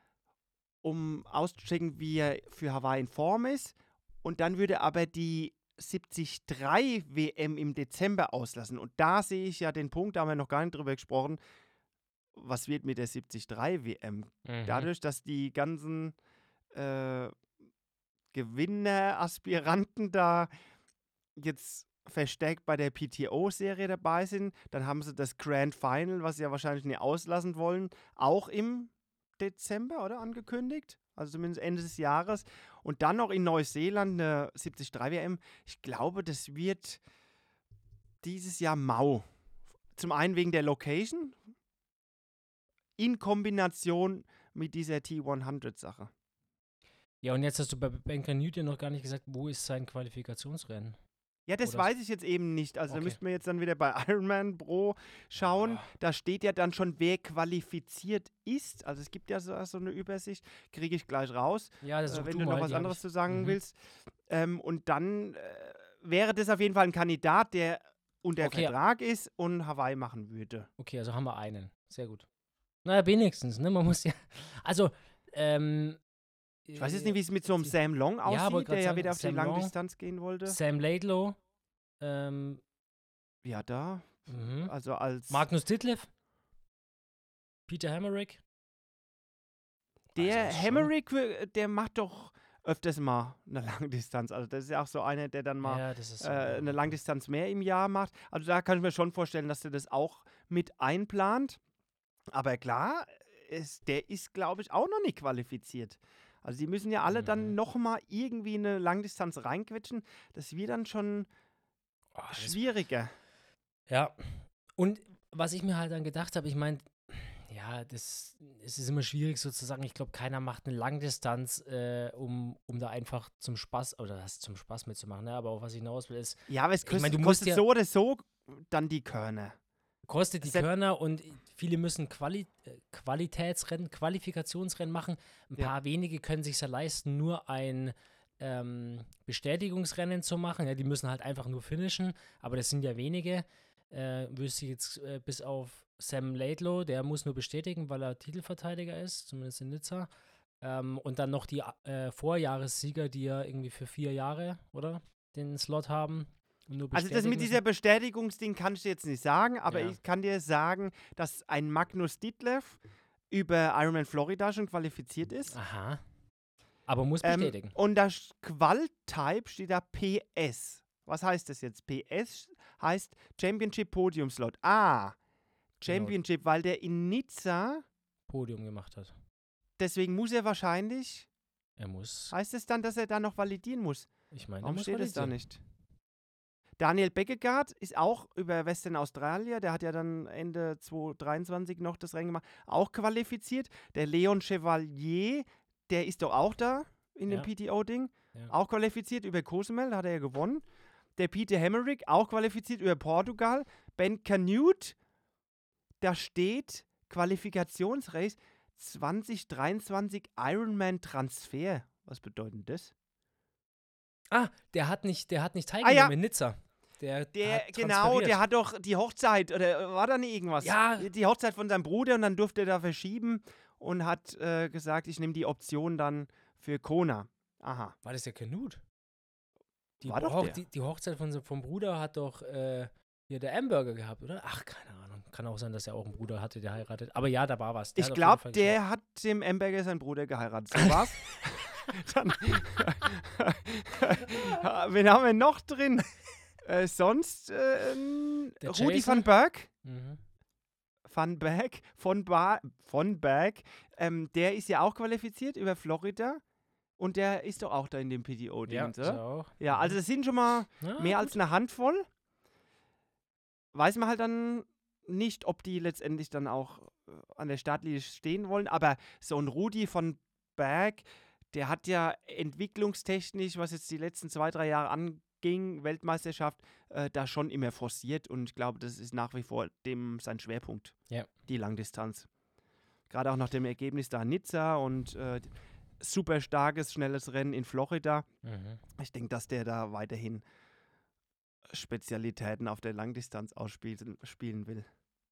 [SPEAKER 2] um auszuchecken, wie er für Hawaii in Form ist. Und dann würde aber die siebzig drei W M im Dezember auslassen. Und da sehe ich ja den Punkt, da haben wir noch gar nicht drüber gesprochen, was wird mit der siebzig drei W M?
[SPEAKER 1] Mhm.
[SPEAKER 2] Dadurch, dass die ganzen äh, Gewinner-Aspiranten da jetzt verstärkt bei der P T O-Serie dabei sind, dann haben sie das Grand Final, was sie ja wahrscheinlich nicht auslassen wollen, auch im Dezember, oder? Angekündigt. Also zumindest Ende des Jahres. Und dann noch in Neuseeland eine siebzig drei W M. Ich glaube, das wird dieses Jahr mau. Zum einen wegen der Location, in Kombination mit dieser T hundert-Sache.
[SPEAKER 1] Ja, und jetzt hast du bei Ben Canute ja noch gar nicht gesagt, wo ist sein Qualifikationsrennen?
[SPEAKER 2] Ja, das
[SPEAKER 1] Oder-
[SPEAKER 2] weiß ich jetzt eben nicht. Also
[SPEAKER 1] Okay.
[SPEAKER 2] da müssten wir jetzt dann wieder bei Ironman Pro schauen.
[SPEAKER 1] Ah.
[SPEAKER 2] Da steht ja dann schon, wer qualifiziert ist. Also es gibt ja so, so eine Übersicht, kriege ich gleich raus,
[SPEAKER 1] Ja, das ist
[SPEAKER 2] äh,
[SPEAKER 1] auch
[SPEAKER 2] wenn
[SPEAKER 1] du
[SPEAKER 2] du noch
[SPEAKER 1] mal,
[SPEAKER 2] was
[SPEAKER 1] die hab
[SPEAKER 2] anderes
[SPEAKER 1] ich-
[SPEAKER 2] zu sagen
[SPEAKER 1] Mhm.
[SPEAKER 2] willst. Ähm, und dann äh, wäre das auf jeden Fall ein Kandidat, der unter
[SPEAKER 1] Okay.
[SPEAKER 2] Vertrag ist und Hawaii machen würde.
[SPEAKER 1] Okay, also haben wir einen. Sehr gut. Naja, wenigstens, ne? Man muss ja. Also, ähm.
[SPEAKER 2] Ich weiß jetzt nicht, wie es mit so einem
[SPEAKER 1] sie-
[SPEAKER 2] Sam Long aussieht,
[SPEAKER 1] wollte grad
[SPEAKER 2] der ja
[SPEAKER 1] sagen,
[SPEAKER 2] wieder auf
[SPEAKER 1] Sam
[SPEAKER 2] die
[SPEAKER 1] Long,
[SPEAKER 2] Langdistanz gehen wollte.
[SPEAKER 1] Sam Laidlow, ähm,
[SPEAKER 2] Ja, da.
[SPEAKER 1] mhm.
[SPEAKER 2] Also als
[SPEAKER 1] Magnus Ditlev, Peter Hammerich.
[SPEAKER 2] der
[SPEAKER 1] Also schon.
[SPEAKER 2] Hammerich, äh, der macht doch öfters mal eine Langdistanz. Also das ist ja auch so einer, der dann mal
[SPEAKER 1] Ja, das ist so.
[SPEAKER 2] äh, eine Langdistanz mehr im Jahr macht. Also da kann ich mir schon vorstellen, dass der das auch mit einplant. Aber klar, ist, der ist, glaube ich, auch noch nicht qualifiziert. Also die müssen ja alle dann
[SPEAKER 1] Mhm.
[SPEAKER 2] nochmal irgendwie eine Langdistanz reinquetschen. Das wird dann schon
[SPEAKER 1] Oh, das
[SPEAKER 2] schwieriger.
[SPEAKER 1] Ja, und was ich mir halt dann gedacht habe, ich meine, ja, das es ist immer schwierig sozusagen. Ich glaube, keiner macht eine Langdistanz, äh, um, um da einfach zum Spaß, oder das zum Spaß mitzumachen, ne? Aber auf was ich hinaus will, ist,
[SPEAKER 2] Ja, aber es
[SPEAKER 1] Ich mein,
[SPEAKER 2] kostet,
[SPEAKER 1] du musst
[SPEAKER 2] kostet
[SPEAKER 1] ja-
[SPEAKER 2] so oder so dann die Körner.
[SPEAKER 1] kostet die
[SPEAKER 2] Sep-
[SPEAKER 1] Körner und viele müssen Quali äh, Qualitätsrennen, Qualifikationsrennen machen. Ein
[SPEAKER 2] Ja.
[SPEAKER 1] paar wenige können sich ja leisten, nur ein ähm, Bestätigungsrennen zu machen. Ja, die müssen halt einfach nur finishen, aber das sind ja wenige. Äh, wüsste ich jetzt äh, bis auf Sam Laidlow, der muss nur bestätigen, weil er Titelverteidiger ist, zumindest in Nizza. Ähm, und dann noch die äh, Vorjahressieger, die ja irgendwie für vier Jahre, oder? Den Slot haben. und nur
[SPEAKER 2] Also das
[SPEAKER 1] bestätigen
[SPEAKER 2] mit dieser
[SPEAKER 1] müssen.
[SPEAKER 2] Bestätigungsding kann ich dir jetzt nicht sagen, aber
[SPEAKER 1] Ja.
[SPEAKER 2] ich kann dir sagen, dass ein Magnus Ditlev über Ironman Florida schon qualifiziert ist.
[SPEAKER 1] Aha. Aber muss
[SPEAKER 2] Ähm,
[SPEAKER 1] bestätigen.
[SPEAKER 2] und das Qual-Type steht da P S. Was heißt das jetzt? P S heißt Championship Podium Slot. Ah, Championship, weil der in Nizza,
[SPEAKER 1] Podium gemacht hat.
[SPEAKER 2] deswegen muss er wahrscheinlich,
[SPEAKER 1] Er muss.
[SPEAKER 2] heißt es dann, dass er da noch validieren muss?
[SPEAKER 1] Ich meine, er
[SPEAKER 2] Warum
[SPEAKER 1] muss
[SPEAKER 2] steht es da
[SPEAKER 1] validieren.
[SPEAKER 2] nicht? Daniel Beckegaard ist auch über Western Australia, der hat ja dann Ende zwanzig dreiundzwanzig noch das Rennen gemacht, auch qualifiziert. Der Leon Chevalier, der ist doch auch da in dem
[SPEAKER 1] Ja.
[SPEAKER 2] P T O-Ding,
[SPEAKER 1] Ja.
[SPEAKER 2] auch qualifiziert über Cozumel, da hat er ja gewonnen. Der Peter Hammerich, auch qualifiziert über Portugal. Ben Canute, da steht Qualifikationsrace zwanzig dreiundzwanzig Ironman Transfer. Was bedeutet das?
[SPEAKER 1] Ah, der hat nicht, der hat nicht
[SPEAKER 2] Ah,
[SPEAKER 1] teilgenommen
[SPEAKER 2] ja.
[SPEAKER 1] in Nizza. Der,
[SPEAKER 2] Der,
[SPEAKER 1] hat
[SPEAKER 2] genau,
[SPEAKER 1] transferiert.
[SPEAKER 2] der hat doch die Hochzeit, oder war da nicht irgendwas?
[SPEAKER 1] Ja.
[SPEAKER 2] Die Hochzeit von seinem Bruder und dann durfte er da verschieben und hat äh, gesagt, ich nehme die Option dann für Kona. Aha.
[SPEAKER 1] War das der Canute? Die,
[SPEAKER 2] War doch
[SPEAKER 1] Hoch-
[SPEAKER 2] der.
[SPEAKER 1] Die, die Hochzeit von, so- vom Bruder hat doch äh, hier der Hamburger gehabt, oder? Ach, keine Ahnung. kann auch sein, dass er auch einen Bruder hatte, der heiratet. Aber ja, da war was. Der
[SPEAKER 2] Ich
[SPEAKER 1] hat auf jeden Fall
[SPEAKER 2] glaube, der hat dem Amberger seinen Bruder geheiratet. So war's. Dann, wen haben wir noch drin? Äh, sonst äh, ähm,
[SPEAKER 1] Der
[SPEAKER 2] Rudi
[SPEAKER 1] Jason?
[SPEAKER 2] van Berg.
[SPEAKER 1] Mhm.
[SPEAKER 2] Van Berg, von, ba von Berg, ähm, der ist ja auch qualifiziert über Florida und der ist doch auch da in dem P T O-Ding,
[SPEAKER 1] Ja, ist
[SPEAKER 2] oder?
[SPEAKER 1] er auch.
[SPEAKER 2] Ja,
[SPEAKER 1] Mhm.
[SPEAKER 2] also es sind schon mal
[SPEAKER 1] Ja,
[SPEAKER 2] mehr
[SPEAKER 1] gut.
[SPEAKER 2] als eine Handvoll. Weiß man halt dann nicht, ob die letztendlich dann auch äh, an der Startlinie stehen wollen, aber so ein Rudi von Berg, der hat ja entwicklungstechnisch, was jetzt die letzten zwei, drei Jahre anging, Weltmeisterschaft, äh, da schon immer forciert und ich glaube, das ist nach wie vor dem sein Schwerpunkt,
[SPEAKER 1] Ja.
[SPEAKER 2] die Langdistanz. Gerade auch nach dem Ergebnis da in Nizza und äh, super starkes, schnelles Rennen in Florida.
[SPEAKER 1] Mhm.
[SPEAKER 2] Ich denke, dass der da weiterhin Spezialitäten auf der Langdistanz ausspielen spielen will.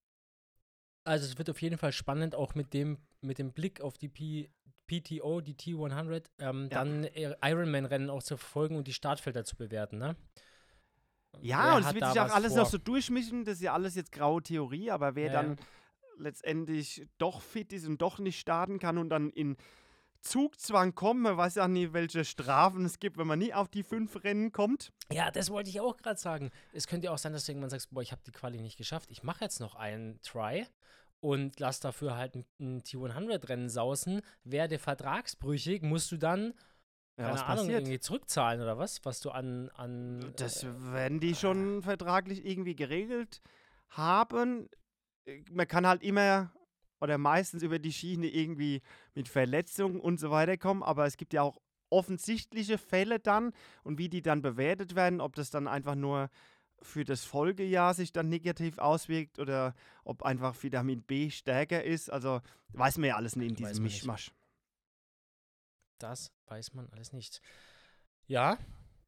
[SPEAKER 1] Also es wird auf jeden Fall spannend, auch mit dem, mit dem Blick auf die P PTO, die T hundert, ähm,
[SPEAKER 2] Ja.
[SPEAKER 1] dann äh, Ironman-Rennen auch zu verfolgen und die Startfelder zu bewerten, ne?
[SPEAKER 2] Ja,
[SPEAKER 1] Wer
[SPEAKER 2] und es
[SPEAKER 1] hat
[SPEAKER 2] wird
[SPEAKER 1] da
[SPEAKER 2] sich auch
[SPEAKER 1] was
[SPEAKER 2] alles
[SPEAKER 1] vor?
[SPEAKER 2] noch so durchmischen. Das ist ja alles jetzt graue Theorie, aber wer
[SPEAKER 1] Ja,
[SPEAKER 2] dann
[SPEAKER 1] ja.
[SPEAKER 2] letztendlich doch fit ist und doch nicht starten kann und dann in Zugzwang kommt, man weiß ja nie, welche Strafen es gibt, wenn man nie auf die fünf Rennen kommt.
[SPEAKER 1] Ja, das wollte ich auch gerade sagen. Es könnte ja auch sein, dass du irgendwann sagst, boah, ich habe die Quali nicht geschafft. Ich mache jetzt noch einen Try und lass dafür halt ein, ein T hundert-Rennen sausen. Werde vertragsbrüchig, musst du dann,
[SPEAKER 2] Ja,
[SPEAKER 1] keine
[SPEAKER 2] was
[SPEAKER 1] Ahnung,
[SPEAKER 2] passiert?
[SPEAKER 1] irgendwie zurückzahlen oder was? Was du an, an
[SPEAKER 2] Das
[SPEAKER 1] äh,
[SPEAKER 2] werden die schon vertraglich irgendwie geregelt haben. Äh, Man kann halt immer oder meistens über die Schiene irgendwie mit Verletzungen und so weiter kommen, aber es gibt ja auch offensichtliche Fälle dann und wie die dann bewertet werden, ob das dann einfach nur für das Folgejahr sich dann negativ auswirkt oder ob einfach Vitamin B stärker ist. Also weiß man ja alles nicht in
[SPEAKER 1] Weiß
[SPEAKER 2] diesem
[SPEAKER 1] man nicht.
[SPEAKER 2] Mischmasch.
[SPEAKER 1] Das weiß man alles nicht. Ja,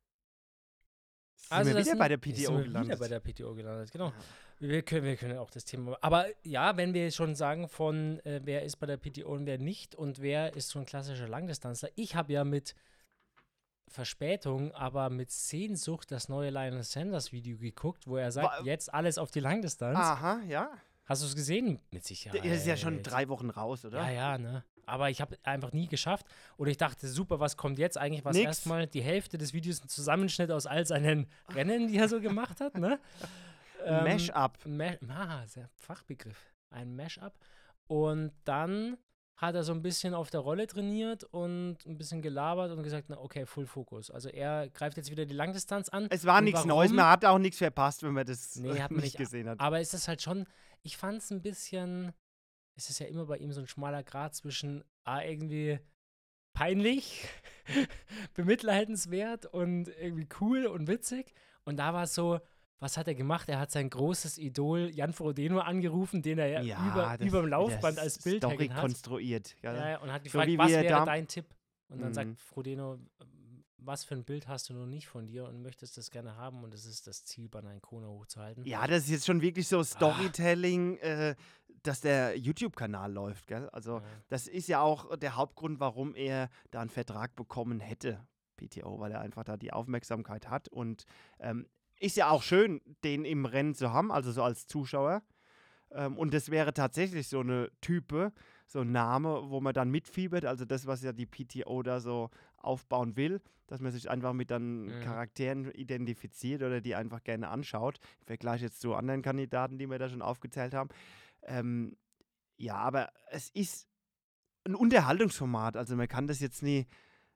[SPEAKER 2] Sind
[SPEAKER 1] also
[SPEAKER 2] wir
[SPEAKER 1] das
[SPEAKER 2] wieder
[SPEAKER 1] sind-
[SPEAKER 2] bei der
[SPEAKER 1] jetzt
[SPEAKER 2] P T
[SPEAKER 1] sind
[SPEAKER 2] O
[SPEAKER 1] wir
[SPEAKER 2] gelandet.
[SPEAKER 1] wieder bei der P T O gelandet, genau. Wir können, wir können auch das Thema. Aber ja, wenn wir schon sagen von äh, wer ist bei der P T O und wer nicht und wer ist so ein klassischer Langdistanzler. Ich habe ja mit Verspätung, aber mit Sehnsucht das neue Lionel Sanders Video geguckt, wo er sagt,
[SPEAKER 2] Wa-
[SPEAKER 1] jetzt alles auf die Langdistanz.
[SPEAKER 2] Aha, ja.
[SPEAKER 1] Hast du es gesehen? Mit Sicherheit.
[SPEAKER 2] Der ist ja schon drei Wochen raus, oder?
[SPEAKER 1] Ja, ja, ne? Aber ich habe einfach nie geschafft. Oder ich dachte, super, was kommt jetzt? Eigentlich war es
[SPEAKER 2] Nix.
[SPEAKER 1] erstmal die Hälfte des Videos ein Zusammenschnitt aus all seinen Rennen, die er so gemacht hat, ne? Ähm,
[SPEAKER 2] Mash-up.
[SPEAKER 1] Ma ah, sehr Fachbegriff. Ein Mash-up. Und dann hat er so ein bisschen auf der Rolle trainiert und ein bisschen gelabert und gesagt, na okay, Full Fokus. Also er greift jetzt wieder die Langdistanz an.
[SPEAKER 2] Es war
[SPEAKER 1] Und
[SPEAKER 2] nichts
[SPEAKER 1] warum?
[SPEAKER 2] Neues, man hat auch nichts verpasst, wenn man das
[SPEAKER 1] Nee,
[SPEAKER 2] äh,
[SPEAKER 1] hat man
[SPEAKER 2] nicht
[SPEAKER 1] nicht.
[SPEAKER 2] gesehen hat.
[SPEAKER 1] Aber es ist halt schon, ich fand es ein bisschen, es ist ja immer bei ihm so ein schmaler Grat zwischen ah, irgendwie peinlich, bemitleidenswert und irgendwie cool und witzig. Und da war es so, was hat er gemacht? Er hat sein großes Idol Jan Frodeno angerufen, den er ja, über,
[SPEAKER 2] das-
[SPEAKER 1] über dem Laufband
[SPEAKER 2] das
[SPEAKER 1] als Bild
[SPEAKER 2] Story
[SPEAKER 1] hängen hat.
[SPEAKER 2] konstruiert. gell?
[SPEAKER 1] Ja, ja, und hat
[SPEAKER 2] So
[SPEAKER 1] gefragt,
[SPEAKER 2] wie
[SPEAKER 1] was
[SPEAKER 2] wir
[SPEAKER 1] wäre
[SPEAKER 2] da-
[SPEAKER 1] dein Tipp? Und dann
[SPEAKER 2] Mhm.
[SPEAKER 1] sagt Frodeno, was für ein Bild hast du noch nicht von dir und möchtest das gerne haben und es ist das Ziel, bei einer Kona hochzuhalten.
[SPEAKER 2] Ja, das ist jetzt schon wirklich so Storytelling, äh, dass der YouTube-Kanal läuft. Gell? Also
[SPEAKER 1] Ja.
[SPEAKER 2] das ist ja auch der Hauptgrund, warum er da einen Vertrag bekommen hätte, P T O, weil er einfach da die Aufmerksamkeit hat. Und ähm, ist ja auch schön, den im Rennen zu haben, also so als Zuschauer. Ähm, und das wäre tatsächlich so eine Type, so ein Name, wo man dann mitfiebert. Also das, was ja die P T O da so aufbauen will, dass man sich einfach mit dann
[SPEAKER 1] Mhm.
[SPEAKER 2] Charakteren identifiziert oder die einfach gerne anschaut. Im Vergleich jetzt zu anderen Kandidaten, die wir da schon aufgezählt haben. Ähm, ja, aber es ist ein Unterhaltungsformat. Also man kann das jetzt nie,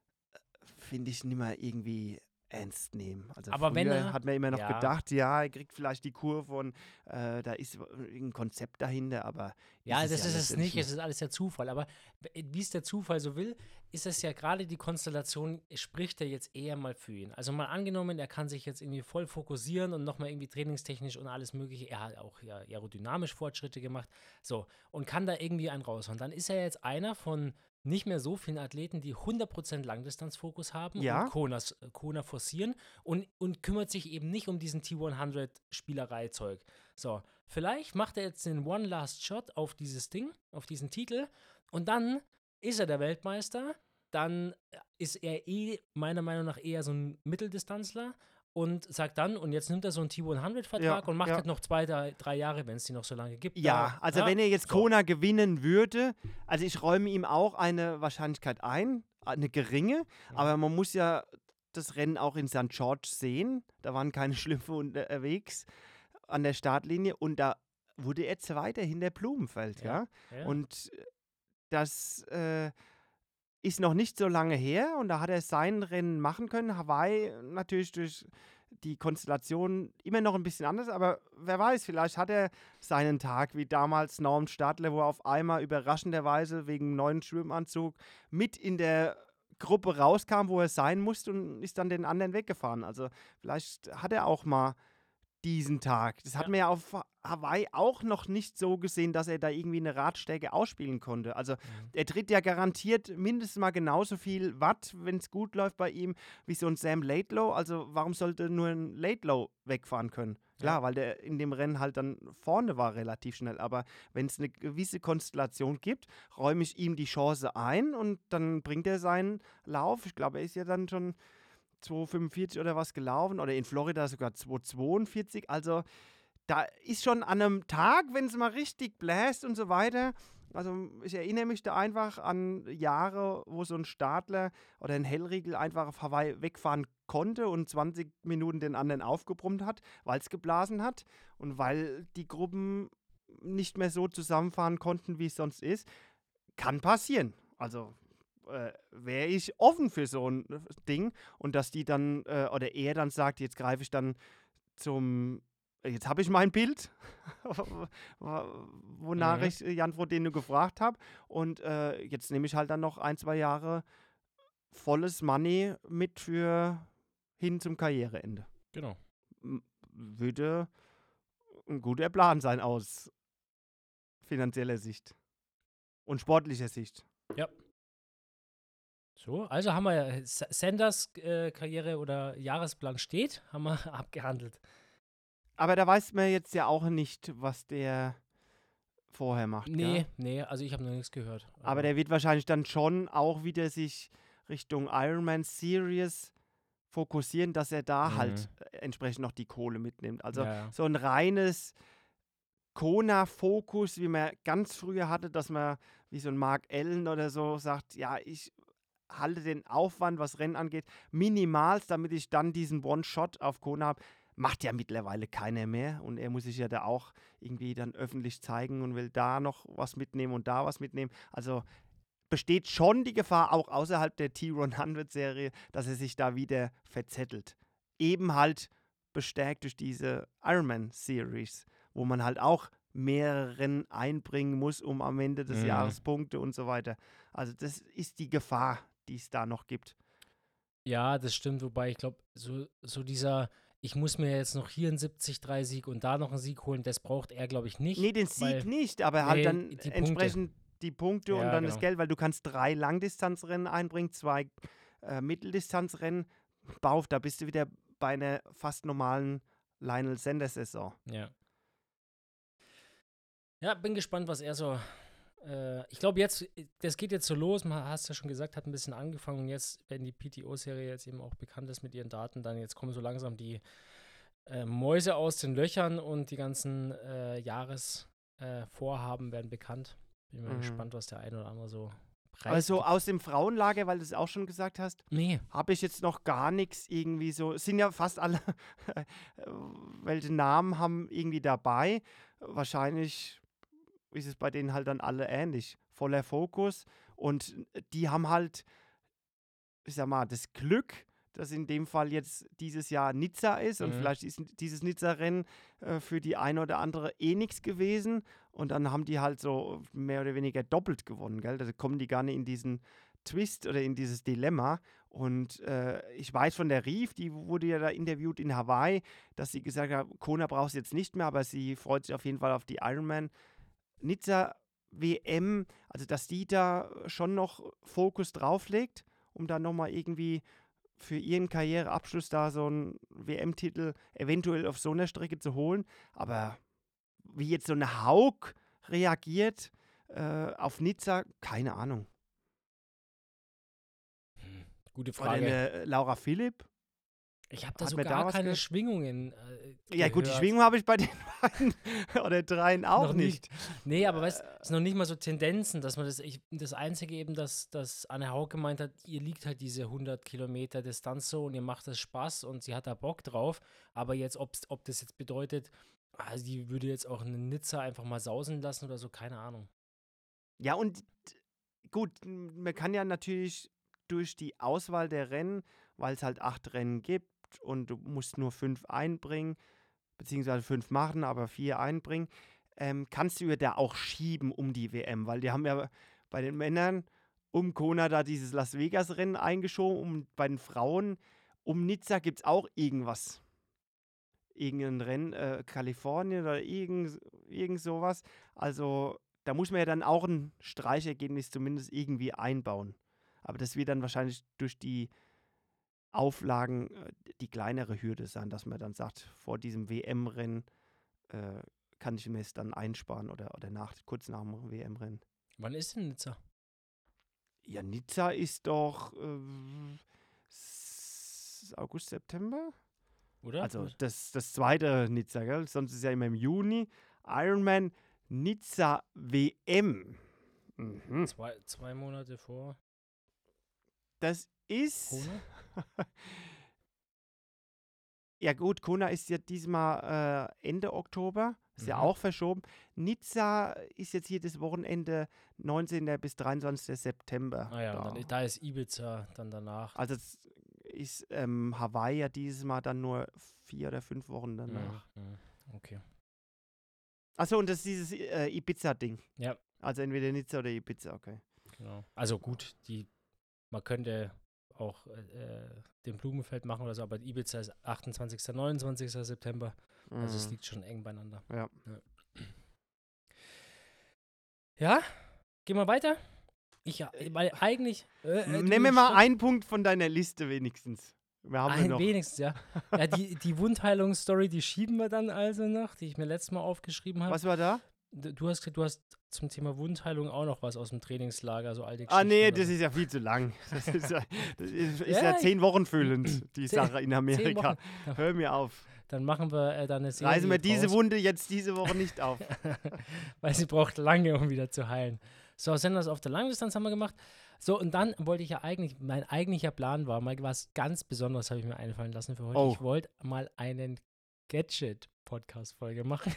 [SPEAKER 2] finde ich, nicht mehr irgendwie ernst nehmen. Also
[SPEAKER 1] Aber
[SPEAKER 2] früher
[SPEAKER 1] wenn er-
[SPEAKER 2] hat man immer noch
[SPEAKER 1] ja.
[SPEAKER 2] gedacht, ja, er kriegt vielleicht die Kurve und äh, da ist ein Konzept dahinter, aber
[SPEAKER 1] Ja,
[SPEAKER 2] ist es
[SPEAKER 1] das
[SPEAKER 2] ja
[SPEAKER 1] ist es
[SPEAKER 2] letztendlich
[SPEAKER 1] nicht, es ist alles der Zufall. Aber wie es der Zufall so will, ist es ja gerade die Konstellation, spricht er jetzt eher mal für ihn. Also mal angenommen, er kann sich jetzt irgendwie voll fokussieren und nochmal irgendwie trainingstechnisch und alles mögliche, er hat auch ja aerodynamisch Fortschritte gemacht, so, und kann da irgendwie einen raushauen. Dann ist er jetzt einer von nicht mehr so vielen Athleten, die hundert Prozent Langdistanzfokus haben
[SPEAKER 2] Ja.
[SPEAKER 1] und Konas, Kona forcieren und, und kümmert sich eben nicht um diesen T hundert-Spielerei-Zeug. So, vielleicht macht er jetzt den One Last Shot auf dieses Ding, auf diesen Titel und dann ist er der Weltmeister, dann ist er eh meiner Meinung nach eher so ein Mitteldistanzler und sagt dann, und jetzt nimmt er so einen T hundert-Vertrag
[SPEAKER 2] Ja,
[SPEAKER 1] und macht
[SPEAKER 2] ja.
[SPEAKER 1] halt noch zwei, drei, drei Jahre, wenn es die noch so lange gibt.
[SPEAKER 2] Ja,
[SPEAKER 1] Da,
[SPEAKER 2] also
[SPEAKER 1] ja,
[SPEAKER 2] wenn er jetzt
[SPEAKER 1] so.
[SPEAKER 2] Kona gewinnen würde, also ich räume ihm auch eine Wahrscheinlichkeit ein, eine geringe,
[SPEAKER 1] Mhm.
[SPEAKER 2] aber man muss ja das Rennen auch in Sankt George sehen. Da waren keine Schlümpfe unterwegs an der Startlinie und da wurde er Zweiter hinter Blumenfeld, ja.
[SPEAKER 1] Ja, ja.
[SPEAKER 2] Und das äh, ist noch nicht so lange her und da hat er sein Rennen machen können. Hawaii natürlich durch die Konstellation immer noch ein bisschen anders, aber wer weiß, vielleicht hat er seinen Tag wie damals Norm Stadler, wo er auf einmal überraschenderweise wegen neuen Schwimmanzug mit in der Gruppe rauskam, wo er sein musste und ist dann den anderen weggefahren. Also vielleicht hat er auch mal diesen Tag. Das hat
[SPEAKER 1] Ja.
[SPEAKER 2] man ja auf Hawaii auch noch nicht so gesehen, dass er da irgendwie eine Radstärke ausspielen konnte. Also
[SPEAKER 1] Mhm.
[SPEAKER 2] er tritt ja garantiert mindestens mal genauso viel Watt, wenn es gut läuft bei ihm, wie so ein Sam Laidlow. Also warum sollte nur ein Laidlow wegfahren können? Klar,
[SPEAKER 1] Ja.
[SPEAKER 2] weil der in dem Rennen halt dann vorne war relativ schnell. Aber wenn es eine gewisse Konstellation gibt, räume ich ihm die Chance ein und dann bringt er seinen Lauf. Ich glaube, er ist ja dann schon zwei fünfundvierzig oder was gelaufen oder in Florida sogar zwei zweiundvierzig. Also da ist schon an einem Tag, wenn es mal richtig bläst und so weiter. Also ich erinnere mich da einfach an Jahre, wo so ein Stadler oder ein Hellriegel einfach auf Hawaii wegfahren konnte und zwanzig Minuten den anderen aufgebrummt hat, weil es geblasen hat und weil die Gruppen nicht mehr so zusammenfahren konnten, wie es sonst ist. Kann passieren. Also äh, wäre ich offen für so ein Ding und dass die dann, äh, oder er dann sagt, jetzt greife ich dann zum, jetzt habe ich mein Bild, wonach
[SPEAKER 1] Mhm.
[SPEAKER 2] ich äh, Jan Frodeno gefragt habe und äh, jetzt nehme ich halt dann noch ein, zwei Jahre volles Money mit für hin zum Karriereende.
[SPEAKER 1] Genau.
[SPEAKER 2] M- Würde ein guter Plan sein aus finanzieller Sicht und sportlicher Sicht.
[SPEAKER 1] So, also haben wir ja S- Sanders äh, Karriere oder Jahresplan steht, haben wir abgehandelt.
[SPEAKER 2] Aber da weiß man jetzt ja auch nicht, was der vorher macht,
[SPEAKER 1] Nee,
[SPEAKER 2] gell?
[SPEAKER 1] nee, also ich habe noch nichts gehört.
[SPEAKER 2] Aber der wird wahrscheinlich dann schon auch wieder sich Richtung Ironman Series fokussieren, dass er da
[SPEAKER 1] Mhm.
[SPEAKER 2] halt äh, entsprechend noch die Kohle mitnimmt. Also
[SPEAKER 1] Ja, ja.
[SPEAKER 2] so ein reines Kona-Fokus, wie man ganz früher hatte, dass man wie so ein Mark Allen oder so sagt, ja, ich halte den Aufwand, was Rennen angeht, minimalst, damit ich dann diesen One-Shot auf Kona habe. Macht ja mittlerweile keiner mehr und er muss sich ja da auch irgendwie dann öffentlich zeigen und will da noch was mitnehmen und da was mitnehmen. Also besteht schon die Gefahr, auch außerhalb der T hundert-Serie, dass er sich da wieder verzettelt. Eben halt bestärkt durch diese Ironman-Series, wo man halt auch mehrere Rennen einbringen muss, um am Ende des
[SPEAKER 1] Mhm.
[SPEAKER 2] Jahres Punkte und so weiter. Also das ist die Gefahr, die es da noch gibt.
[SPEAKER 1] Ja, das stimmt, wobei ich glaube, so, so dieser, ich muss mir jetzt noch hier einen siebzig drei Sieg und da noch einen Sieg holen, das braucht er, glaube ich, nicht.
[SPEAKER 2] Nee, den Sieg
[SPEAKER 1] weil,
[SPEAKER 2] nicht, aber
[SPEAKER 1] nee,
[SPEAKER 2] halt dann
[SPEAKER 1] die Punkte.
[SPEAKER 2] entsprechend die Punkte und
[SPEAKER 1] Ja,
[SPEAKER 2] dann das
[SPEAKER 1] genau.
[SPEAKER 2] Geld, weil du kannst drei Langdistanzrennen einbringen, zwei äh, Mitteldistanzrennen. Bauf, da bist du wieder bei einer fast normalen Lionel Sanders-Saison.
[SPEAKER 1] Ja. Ja, bin gespannt, was er so. Äh, ich glaube, jetzt, das geht jetzt so los. Man hast ja schon gesagt, hat ein bisschen angefangen. Und jetzt, wenn die P T O-Serie jetzt eben auch bekannt ist mit ihren Daten, dann jetzt kommen so langsam die äh, Mäuse aus den Löchern und die ganzen äh, Jahresvorhaben äh, werden bekannt. Bin mal
[SPEAKER 2] Mhm.
[SPEAKER 1] gespannt, was der eine oder andere so
[SPEAKER 2] Also
[SPEAKER 1] preisgibt.
[SPEAKER 2] aus dem Frauenlager, weil du es auch schon gesagt hast,
[SPEAKER 1] Nee.
[SPEAKER 2] habe ich jetzt noch gar nichts irgendwie so. Es sind ja fast alle, welche Namen haben irgendwie dabei. Wahrscheinlich ist es bei denen halt dann alle ähnlich. Voller Fokus. Und die haben halt, ich sag mal, das Glück, dass in dem Fall jetzt dieses Jahr Nizza ist. Und
[SPEAKER 1] Mhm.
[SPEAKER 2] vielleicht ist dieses Nizza-Rennen äh, für die eine oder andere eh nichts gewesen. Und dann haben die halt so mehr oder weniger doppelt gewonnen, gell? Da kommen die gar nicht in diesen Twist oder in dieses Dilemma. Und äh, ich weiß von der Reef, die wurde ja da interviewt in Hawaii, dass sie gesagt hat, Kona brauchst du jetzt nicht mehr, aber sie freut sich auf jeden Fall auf die Ironman Nizza W M, also dass die da schon noch Fokus drauflegt, um dann nochmal irgendwie für ihren Karriereabschluss da so einen W M-Titel eventuell auf so einer Strecke zu holen. Aber wie jetzt so eine Haug reagiert äh, auf Nizza, keine Ahnung.
[SPEAKER 1] Hm, Gute
[SPEAKER 2] Oder
[SPEAKER 1] Frage.
[SPEAKER 2] eine Laura Philipp.
[SPEAKER 1] Ich habe da
[SPEAKER 2] Hat
[SPEAKER 1] so
[SPEAKER 2] man da
[SPEAKER 1] gar
[SPEAKER 2] was
[SPEAKER 1] keine
[SPEAKER 2] gehört?
[SPEAKER 1] Schwingungen äh,
[SPEAKER 2] Ja gut, die
[SPEAKER 1] gehört.
[SPEAKER 2] Schwingung habe ich bei den beiden oder dreien auch
[SPEAKER 1] Noch
[SPEAKER 2] nicht.
[SPEAKER 1] Nee, aber weißt, es sind noch nicht mal so Tendenzen, dass man das, ich, das Einzige eben, dass, dass Anne Haug gemeint hat, ihr liegt halt diese hundert Kilometer Distanz so und ihr macht das Spaß und sie hat da Bock drauf, aber jetzt, ob's, ob das jetzt bedeutet, also die würde jetzt auch eine Nizza einfach mal sausen lassen oder so, keine Ahnung.
[SPEAKER 2] Ja, und gut, man kann ja natürlich durch die Auswahl der Rennen, weil es halt acht Rennen gibt und du musst nur fünf einbringen, beziehungsweise fünf machen, aber vier einbringen, ähm, kannst du ja da auch schieben um die W M, weil die haben ja bei den Männern um Kona da dieses Las Vegas-Rennen eingeschoben und bei den Frauen um Nizza gibt es auch irgendwas. Irgendein Rennen, äh, Kalifornien oder irgend, irgend sowas. Also da muss man ja dann auch ein Streichergebnis zumindest irgendwie einbauen. Aber das wird dann wahrscheinlich durch die Auflagen äh, die kleinere Hürde sein, dass man dann sagt, vor diesem W M-Rennen äh, kann ich mir es dann einsparen oder, oder nach, kurz nach dem W M-Rennen.
[SPEAKER 1] Wann ist denn Nizza?
[SPEAKER 2] Ja, Nizza ist doch äh, s- August, September?
[SPEAKER 1] Oder?
[SPEAKER 2] Also das, das zweite Nizza, gell? Sonst ist ja immer im Juni. Ironman Nizza W M. Mhm.
[SPEAKER 1] zwei, zwei Monate vor
[SPEAKER 2] Das ist.
[SPEAKER 1] Kona?
[SPEAKER 2] Ja gut, Kona ist ja diesmal äh, Ende Oktober. Ist ja
[SPEAKER 1] Mhm.
[SPEAKER 2] auch verschoben. Nizza ist jetzt hier das Wochenende neunzehnten bis dreiundzwanzigsten September.
[SPEAKER 1] Ah ja,
[SPEAKER 2] da.
[SPEAKER 1] und dann, da ist Ibiza dann danach.
[SPEAKER 2] Also es ist ähm, Hawaii ja dieses Mal dann nur vier oder fünf Wochen danach.
[SPEAKER 1] Mhm. Mhm. Okay.
[SPEAKER 2] Achso, und das ist dieses äh, Ibiza-Ding.
[SPEAKER 1] Ja.
[SPEAKER 2] Also entweder Nizza oder Ibiza, okay.
[SPEAKER 1] Genau. Also gut, die, man könnte auch äh, den Blumenfeld machen oder so, aber Ibiza ist achtundzwanzigsten, neunundzwanzigsten September. Also es
[SPEAKER 2] Mhm.
[SPEAKER 1] liegt schon eng beieinander.
[SPEAKER 2] Ja.
[SPEAKER 1] Ja, ja? Gehen wir weiter? Ich, ja, weil eigentlich. Äh, äh, du
[SPEAKER 2] Nimm mir mal
[SPEAKER 1] stopp-
[SPEAKER 2] einen Punkt von deiner Liste wenigstens. Wir haben wir
[SPEAKER 1] Ein
[SPEAKER 2] noch.
[SPEAKER 1] wenigstens, ja. Ja, die, die Wundheilungsstory, die schieben wir dann also noch, die ich mir letztes Mal aufgeschrieben habe.
[SPEAKER 2] Was war da?
[SPEAKER 1] Du hast gesagt, du hast zum Thema Wundheilung auch noch was aus dem Trainingslager, so alte Geschichten.
[SPEAKER 2] Ah, nee,
[SPEAKER 1] oder
[SPEAKER 2] das
[SPEAKER 1] so.
[SPEAKER 2] ist ja viel zu lang. Das ist ja, das ist, ist
[SPEAKER 1] Ja,
[SPEAKER 2] ja
[SPEAKER 1] ich-
[SPEAKER 2] zehn Wochen füllend, die
[SPEAKER 1] Zehn-
[SPEAKER 2] Sache in
[SPEAKER 1] Zehn
[SPEAKER 2] Amerika.
[SPEAKER 1] Wochen. Ja,
[SPEAKER 2] Hör mir auf.
[SPEAKER 1] dann machen wir äh, dann eine Serie
[SPEAKER 2] Reißen wir diese
[SPEAKER 1] draus.
[SPEAKER 2] Wunde jetzt diese Woche nicht auf.
[SPEAKER 1] Weil sie braucht lange, um wieder zu heilen. So, Senders auf der Langdistanz haben wir gemacht. So, und dann wollte ich ja eigentlich, mein eigentlicher Plan war, mal was ganz Besonderes habe ich mir einfallen lassen für heute.
[SPEAKER 2] Oh.
[SPEAKER 1] Ich wollte mal einen Gadget-Podcast-Folge machen.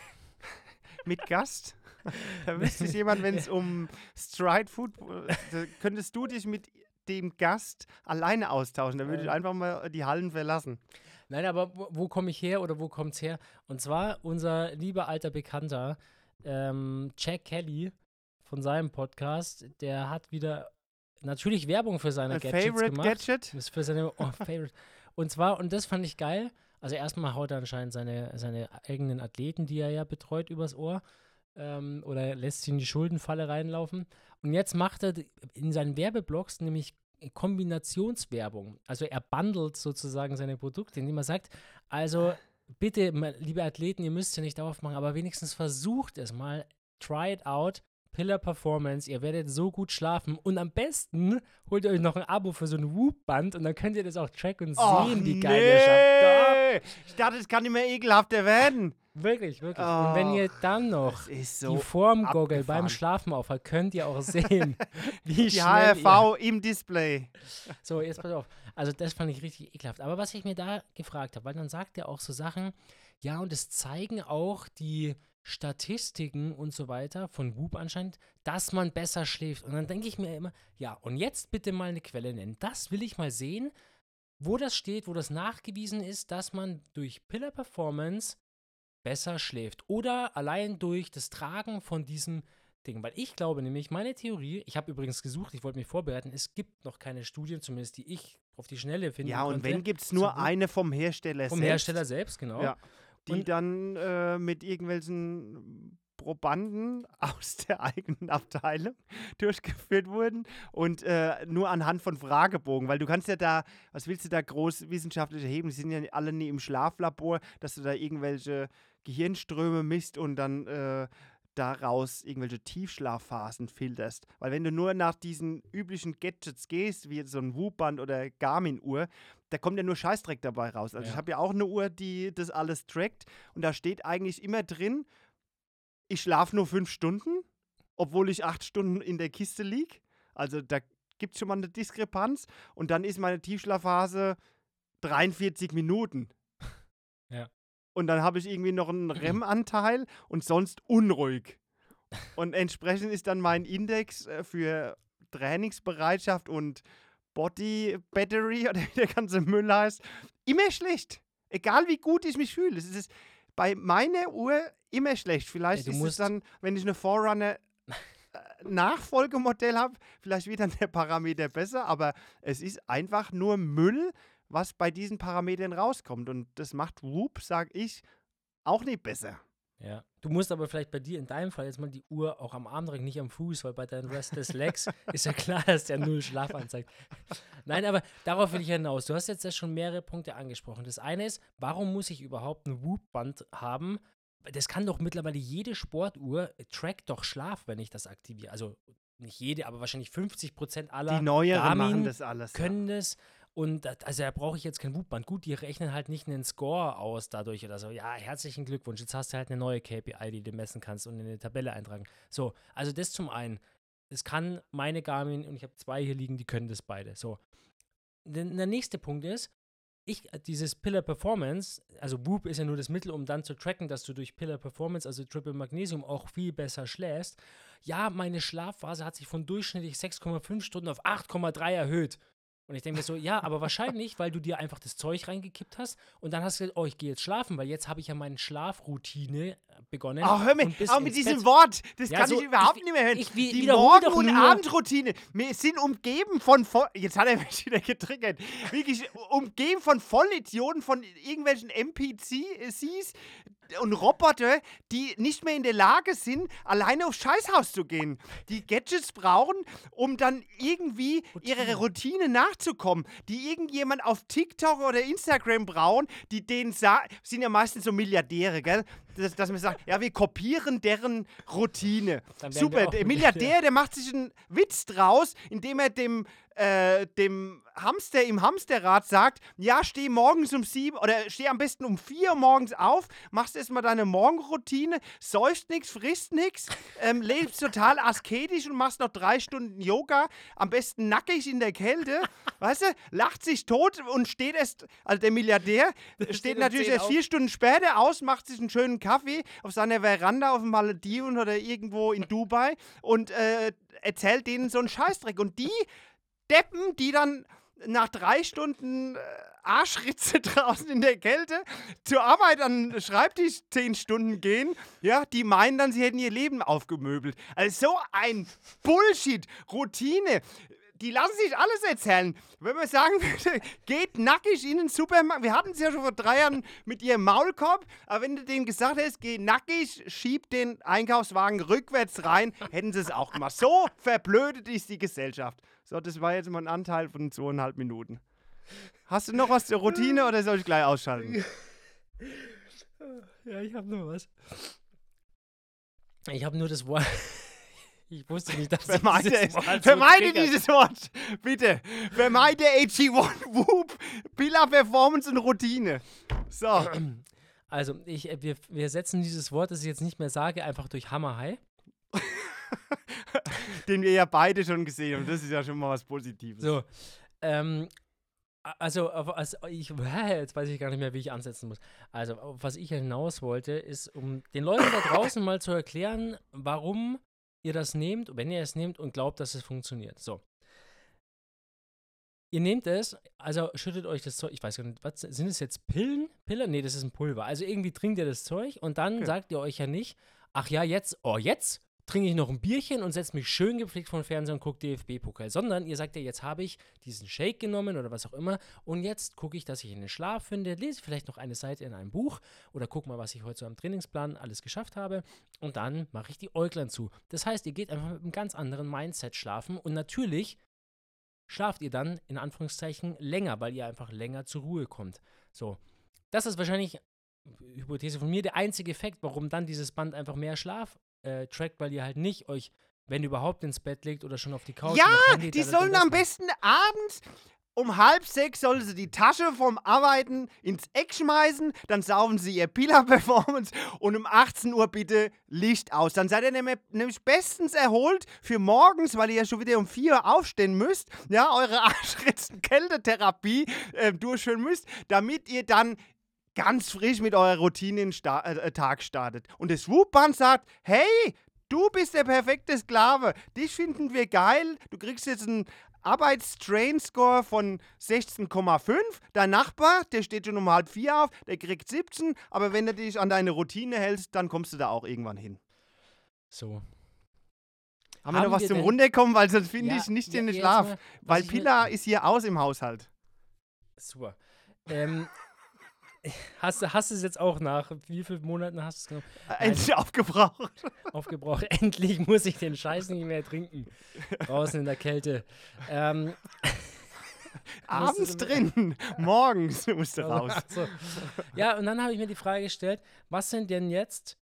[SPEAKER 2] Mit Gast? Da wüsste ich jemand, wenn es um Stride Food, da könntest du dich mit dem Gast alleine austauschen. Da würde ich
[SPEAKER 1] Ähm.
[SPEAKER 2] einfach mal die Hallen verlassen.
[SPEAKER 1] Nein, aber wo, wo komme ich her oder wo kommt's her? Und zwar unser lieber alter Bekannter, ähm, Jack Kelly von seinem Podcast, der hat wieder natürlich Werbung für seine
[SPEAKER 2] Ein
[SPEAKER 1] Gadgets
[SPEAKER 2] Favorite
[SPEAKER 1] gemacht.
[SPEAKER 2] Gadget?
[SPEAKER 1] Das ist für seine oh, Favorite. Und zwar, und das fand ich geil, also erstmal haut er anscheinend seine, seine eigenen Athleten, die er ja betreut, übers Ohr. Ähm, oder lässt sie in die Schuldenfalle reinlaufen. Und jetzt macht er in seinen Werbeblogs nämlich Kombinationswerbung. Also er bundelt sozusagen seine Produkte, indem er sagt, also bitte, liebe Athleten, ihr müsst ja nicht darauf machen, aber wenigstens versucht es mal, try it out, Pillar Performance, ihr werdet so gut schlafen und am besten holt ihr euch noch ein Abo für so ein Whoop-Band und dann könnt ihr das auch tracken und
[SPEAKER 2] Och,
[SPEAKER 1] sehen, wie geil ihr schafft.
[SPEAKER 2] nee. Ich dachte, es kann nicht mehr ekelhafter werden.
[SPEAKER 1] Wirklich, wirklich. Und wenn ihr dann noch
[SPEAKER 2] Das ist
[SPEAKER 1] die
[SPEAKER 2] so
[SPEAKER 1] Formgoggle
[SPEAKER 2] abgefahren.
[SPEAKER 1] beim Schlafen aufhat, könnt ihr auch sehen, wie
[SPEAKER 2] Die H
[SPEAKER 1] schnell
[SPEAKER 2] R
[SPEAKER 1] ihr
[SPEAKER 2] V im Display.
[SPEAKER 1] So, jetzt pass auf. Also das fand ich richtig ekelhaft. Aber was ich mir da gefragt habe, weil dann sagt er auch so Sachen, ja, und es zeigen auch die Statistiken und so weiter von Whoop anscheinend, dass man besser schläft. Und dann denke ich mir immer, ja, und jetzt bitte mal eine Quelle nennen. Das will ich mal sehen, wo das steht, wo das nachgewiesen ist, dass man durch Pillar Performance besser schläft. Oder allein durch das Tragen von diesem Ding. Weil ich glaube nämlich, meine Theorie, ich habe übrigens gesucht, ich wollte mich vorbereiten, es gibt noch keine Studien, zumindest die ich auf die Schnelle finden
[SPEAKER 2] Ja, und
[SPEAKER 1] konnte.
[SPEAKER 2] wenn, gibt es nur
[SPEAKER 1] zu-
[SPEAKER 2] eine vom Hersteller
[SPEAKER 1] Vom
[SPEAKER 2] selbst.
[SPEAKER 1] Hersteller selbst, genau.
[SPEAKER 2] Ja, die
[SPEAKER 1] Und-
[SPEAKER 2] dann äh, mit irgendwelchen Probanden aus der eigenen Abteilung durchgeführt wurden und äh, nur anhand von Fragebogen, weil du kannst ja da, was willst du da groß wissenschaftlich erheben? Die sind ja alle nie im Schlaflabor, dass du da irgendwelche Gehirnströme misst und dann äh, daraus irgendwelche Tiefschlafphasen filterst. Weil wenn du nur nach diesen üblichen Gadgets gehst, wie so ein Whoop-Band oder Garmin-Uhr, da kommt ja nur Scheißdreck dabei raus. Also
[SPEAKER 1] Ja.
[SPEAKER 2] ich habe ja auch eine Uhr, die das alles trackt und da steht eigentlich immer drin, ich schlafe nur fünf Stunden, obwohl ich acht Stunden in der Kiste liege. Also da gibt es schon mal eine Diskrepanz und dann ist meine Tiefschlafphase dreiundvierzig Minuten.
[SPEAKER 1] Ja.
[SPEAKER 2] Und dann habe ich irgendwie noch einen R E M-Anteil und sonst unruhig. Und entsprechend ist dann mein Index äh, für Trainingsbereitschaft und Body Battery oder wie der ganze Müll heißt, immer schlecht. Egal wie gut ich mich fühle. Es ist bei meiner Uhr immer schlecht. Vielleicht
[SPEAKER 1] Ja, du
[SPEAKER 2] ist es
[SPEAKER 1] musst-
[SPEAKER 2] dann, wenn ich eine Forerunner äh, Nachfolgemodell habe, vielleicht wird dann der Parameter besser, aber es ist einfach nur Müll, was bei diesen Parametern rauskommt. Und das macht Whoop, sag ich, auch nicht besser.
[SPEAKER 1] Ja. Du musst aber vielleicht bei dir in deinem Fall jetzt mal die Uhr auch am Arm drücken, nicht am Fuß, weil bei deinen Restless Legs ist ja klar, dass der null Schlaf anzeigt. Nein, aber darauf will ich hinaus. Du hast jetzt ja schon mehrere Punkte angesprochen. Das eine ist, warum muss ich überhaupt ein Whoop-Band haben? Das kann doch mittlerweile jede Sportuhr, trackt doch Schlaf, wenn ich das aktiviere. Also nicht jede, aber wahrscheinlich fünfzig Prozent aller
[SPEAKER 2] Die Neueren
[SPEAKER 1] Garmin
[SPEAKER 2] machen das alles.
[SPEAKER 1] können das. Und das, also da brauche ich jetzt kein Whoop-Band. Gut, die rechnen halt nicht einen Score aus dadurch oder so. Ja, herzlichen Glückwunsch. Jetzt hast du halt eine neue K P I, die du messen kannst und in eine Tabelle eintragen. So, also das zum einen. Das kann meine Garmin, und ich habe zwei hier liegen, die können das beide. So. Der, der nächste Punkt ist, ich, dieses Pillar Performance, also Whoop ist ja nur das Mittel, um dann zu tracken, dass du durch Pillar Performance, also Triple Magnesium, auch viel besser schläfst. Ja, meine Schlafphase hat sich von durchschnittlich sechs Komma fünf Stunden auf acht Komma drei erhöht. Und ich denke mir so, ja, aber wahrscheinlich, weil du dir einfach das Zeug reingekippt hast und dann hast du gesagt, oh, ich gehe jetzt schlafen, weil jetzt habe ich ja meine Schlafroutine begonnen.
[SPEAKER 2] Oh, hör mir,
[SPEAKER 1] und bis
[SPEAKER 2] auch mit
[SPEAKER 1] ins
[SPEAKER 2] diesem
[SPEAKER 1] Bett.
[SPEAKER 2] Wort, das
[SPEAKER 1] Ja,
[SPEAKER 2] kann
[SPEAKER 1] so,
[SPEAKER 2] ich überhaupt
[SPEAKER 1] ich-
[SPEAKER 2] nicht mehr hören.
[SPEAKER 1] ich wi-
[SPEAKER 2] die
[SPEAKER 1] wiederhole
[SPEAKER 2] Morgen-
[SPEAKER 1] doch
[SPEAKER 2] und
[SPEAKER 1] nur-
[SPEAKER 2] Abendroutine, wir sind umgeben von, Voll jetzt hat er mich wieder getriggert, wirklich umgeben von Vollidioten, von irgendwelchen N P Cs und Roboter, die nicht mehr in der Lage sind, alleine aufs Scheißhaus zu gehen. Die Gadgets brauchen, um dann irgendwie
[SPEAKER 1] Routine.
[SPEAKER 2] ihrer Routine nachzukommen. Die irgendjemand auf TikTok oder Instagram brauchen, die denen sagen, sind ja meistens so Milliardäre, gell? Dass, dass man sagt, ja, wir kopieren deren Routine.
[SPEAKER 1] Dann wären wir
[SPEAKER 2] Super,
[SPEAKER 1] auch
[SPEAKER 2] der
[SPEAKER 1] Milliardär.
[SPEAKER 2] Milliardär, der macht sich einen Witz draus, indem er dem, äh, dem Hamster im Hamsterrad sagt, ja, steh morgens um sieben oder steh am besten um vier Uhr morgens auf, machst erstmal deine Morgenroutine, säufst nichts, frisst nichts, ähm, lebst total asketisch und machst noch drei Stunden Yoga, am besten nackig in der Kälte, weißt du, lacht sich tot und steht erst, also der Milliardär steht,
[SPEAKER 1] steht um
[SPEAKER 2] natürlich
[SPEAKER 1] zehn
[SPEAKER 2] erst
[SPEAKER 1] auf.
[SPEAKER 2] vier Stunden später aus, macht sich einen schönen Kaffee auf seiner Veranda auf den Malediven oder irgendwo in Dubai und äh, erzählt denen so einen Scheißdreck. Und die Deppen, die dann nach drei Stunden äh, Arschritze draußen in der Kälte zur Arbeit an den Schreibtisch zehn Stunden gehen, ja, die meinen dann, sie hätten ihr Leben aufgemöbelt. Also so ein Bullshit, Routine. Die lassen sich alles erzählen. Wenn man sagen würde, geht nackig in den Supermarkt. Wir hatten es ja schon vor drei Jahren mit ihrem Maulkorb. Aber wenn du denen gesagt hättest, geh nackig, schieb den Einkaufswagen rückwärts rein, hätten sie es auch gemacht. So verblödet ist die Gesellschaft. So, das war jetzt mal ein Anteil von zweieinhalb Minuten. Hast du noch was zur Routine oder soll ich gleich ausschalten?
[SPEAKER 1] Ja, ich habe nur was. Ich habe nur das Wort. Ich wusste nicht, dass
[SPEAKER 2] Vermeide
[SPEAKER 1] dieses
[SPEAKER 2] es.
[SPEAKER 1] Wort so
[SPEAKER 2] Vermeide
[SPEAKER 1] triggert.
[SPEAKER 2] dieses Wort. Bitte. Vermeide A G eins Whoop, Pillar Performance und Routine. So.
[SPEAKER 1] Also, ich, äh, wir, wir setzen dieses Wort, das ich jetzt nicht mehr sage, einfach durch Hammer High.
[SPEAKER 2] Den wir ja beide schon gesehen haben. Das ist ja schon mal was Positives.
[SPEAKER 1] So. Ähm, a- also, auf- also ich, jetzt weiß ich gar nicht mehr, wie ich ansetzen muss. Also, auf was ich hinaus wollte, ist, um den Leuten da draußen mal zu erklären, warum ihr das nehmt, wenn ihr es nehmt und glaubt, dass es funktioniert. So. Ihr nehmt es, also schüttet euch das Zeug, ich weiß gar nicht, was sind es jetzt Pillen? Pillen? Nee, das ist ein Pulver. Also irgendwie trinkt ihr das Zeug und dann
[SPEAKER 2] Okay.
[SPEAKER 1] sagt ihr euch ja nicht, ach ja, jetzt, oh, jetzt trinke ich noch ein Bierchen und setze mich schön gepflegt vor den Fernseher und gucke D F B-Pokal. Sondern ihr sagt ja, jetzt habe ich diesen Shake genommen oder was auch immer und jetzt gucke ich, dass ich in den Schlaf finde, lese vielleicht noch eine Seite in einem Buch oder gucke mal, was ich heute so am Trainingsplan alles geschafft habe und dann mache ich die Äuglein zu. Das heißt, ihr geht einfach mit einem ganz anderen Mindset schlafen und natürlich schlaft ihr dann in Anführungszeichen länger, weil ihr einfach länger zur Ruhe kommt. So, das ist wahrscheinlich, Hypothese von mir, der einzige Effekt, warum dann dieses Band einfach mehr Schlaf äh, trackt, weil ihr halt nicht euch, wenn überhaupt, ins Bett legt oder schon auf die Couch.
[SPEAKER 2] Ja,
[SPEAKER 1] und noch Handy
[SPEAKER 2] die
[SPEAKER 1] da- da-
[SPEAKER 2] sollen
[SPEAKER 1] das
[SPEAKER 2] am
[SPEAKER 1] macht.
[SPEAKER 2] besten abends Um halb sechs sollen sie die Tasche vom Arbeiten ins Eck schmeißen, dann saufen sie ihr Pillar-Performance und um achtzehn Uhr bitte Licht aus. Dann seid ihr nämlich, nämlich bestens erholt für morgens, weil ihr ja schon wieder um vier Uhr aufstehen müsst, ja, eure Arschritzen-Kältetherapie äh, durchführen müsst, damit ihr dann ganz frisch mit eurer Routine in den Sta- äh, Tag startet. Und das Whoop-Band sagt, hey, du bist der perfekte Sklave, dich finden wir geil, du kriegst jetzt einen Arbeits-Train-Score von sechzehn Komma fünf. Dein Nachbar, der steht schon um halb vier auf, der kriegt siebzehn. Aber wenn du dich an deine Routine hältst, dann kommst du da auch irgendwann hin.
[SPEAKER 1] So.
[SPEAKER 2] Haben, wir noch was zum Runterkommen? Weil sonst finde
[SPEAKER 1] Ja,
[SPEAKER 2] ich nicht
[SPEAKER 1] ja,
[SPEAKER 2] in den
[SPEAKER 1] jetzt
[SPEAKER 2] Schlaf.
[SPEAKER 1] mal,
[SPEAKER 2] Weil
[SPEAKER 1] was ich mir-
[SPEAKER 2] Pilla ist hier aus im Haushalt.
[SPEAKER 1] Super. Ähm, hast, du- hast du es jetzt auch nach wie vielen Monaten hast du es genommen?
[SPEAKER 2] Äh, Endlich aufgebraucht.
[SPEAKER 1] Aufgebraucht. Endlich muss ich den Scheiß nicht mehr trinken. Draußen in der Kälte. Ähm,
[SPEAKER 2] Abends
[SPEAKER 1] musst du-
[SPEAKER 2] drin, morgens musst du raus.
[SPEAKER 1] Also, ja, und dann habe ich mir die Frage gestellt, was sind denn jetzt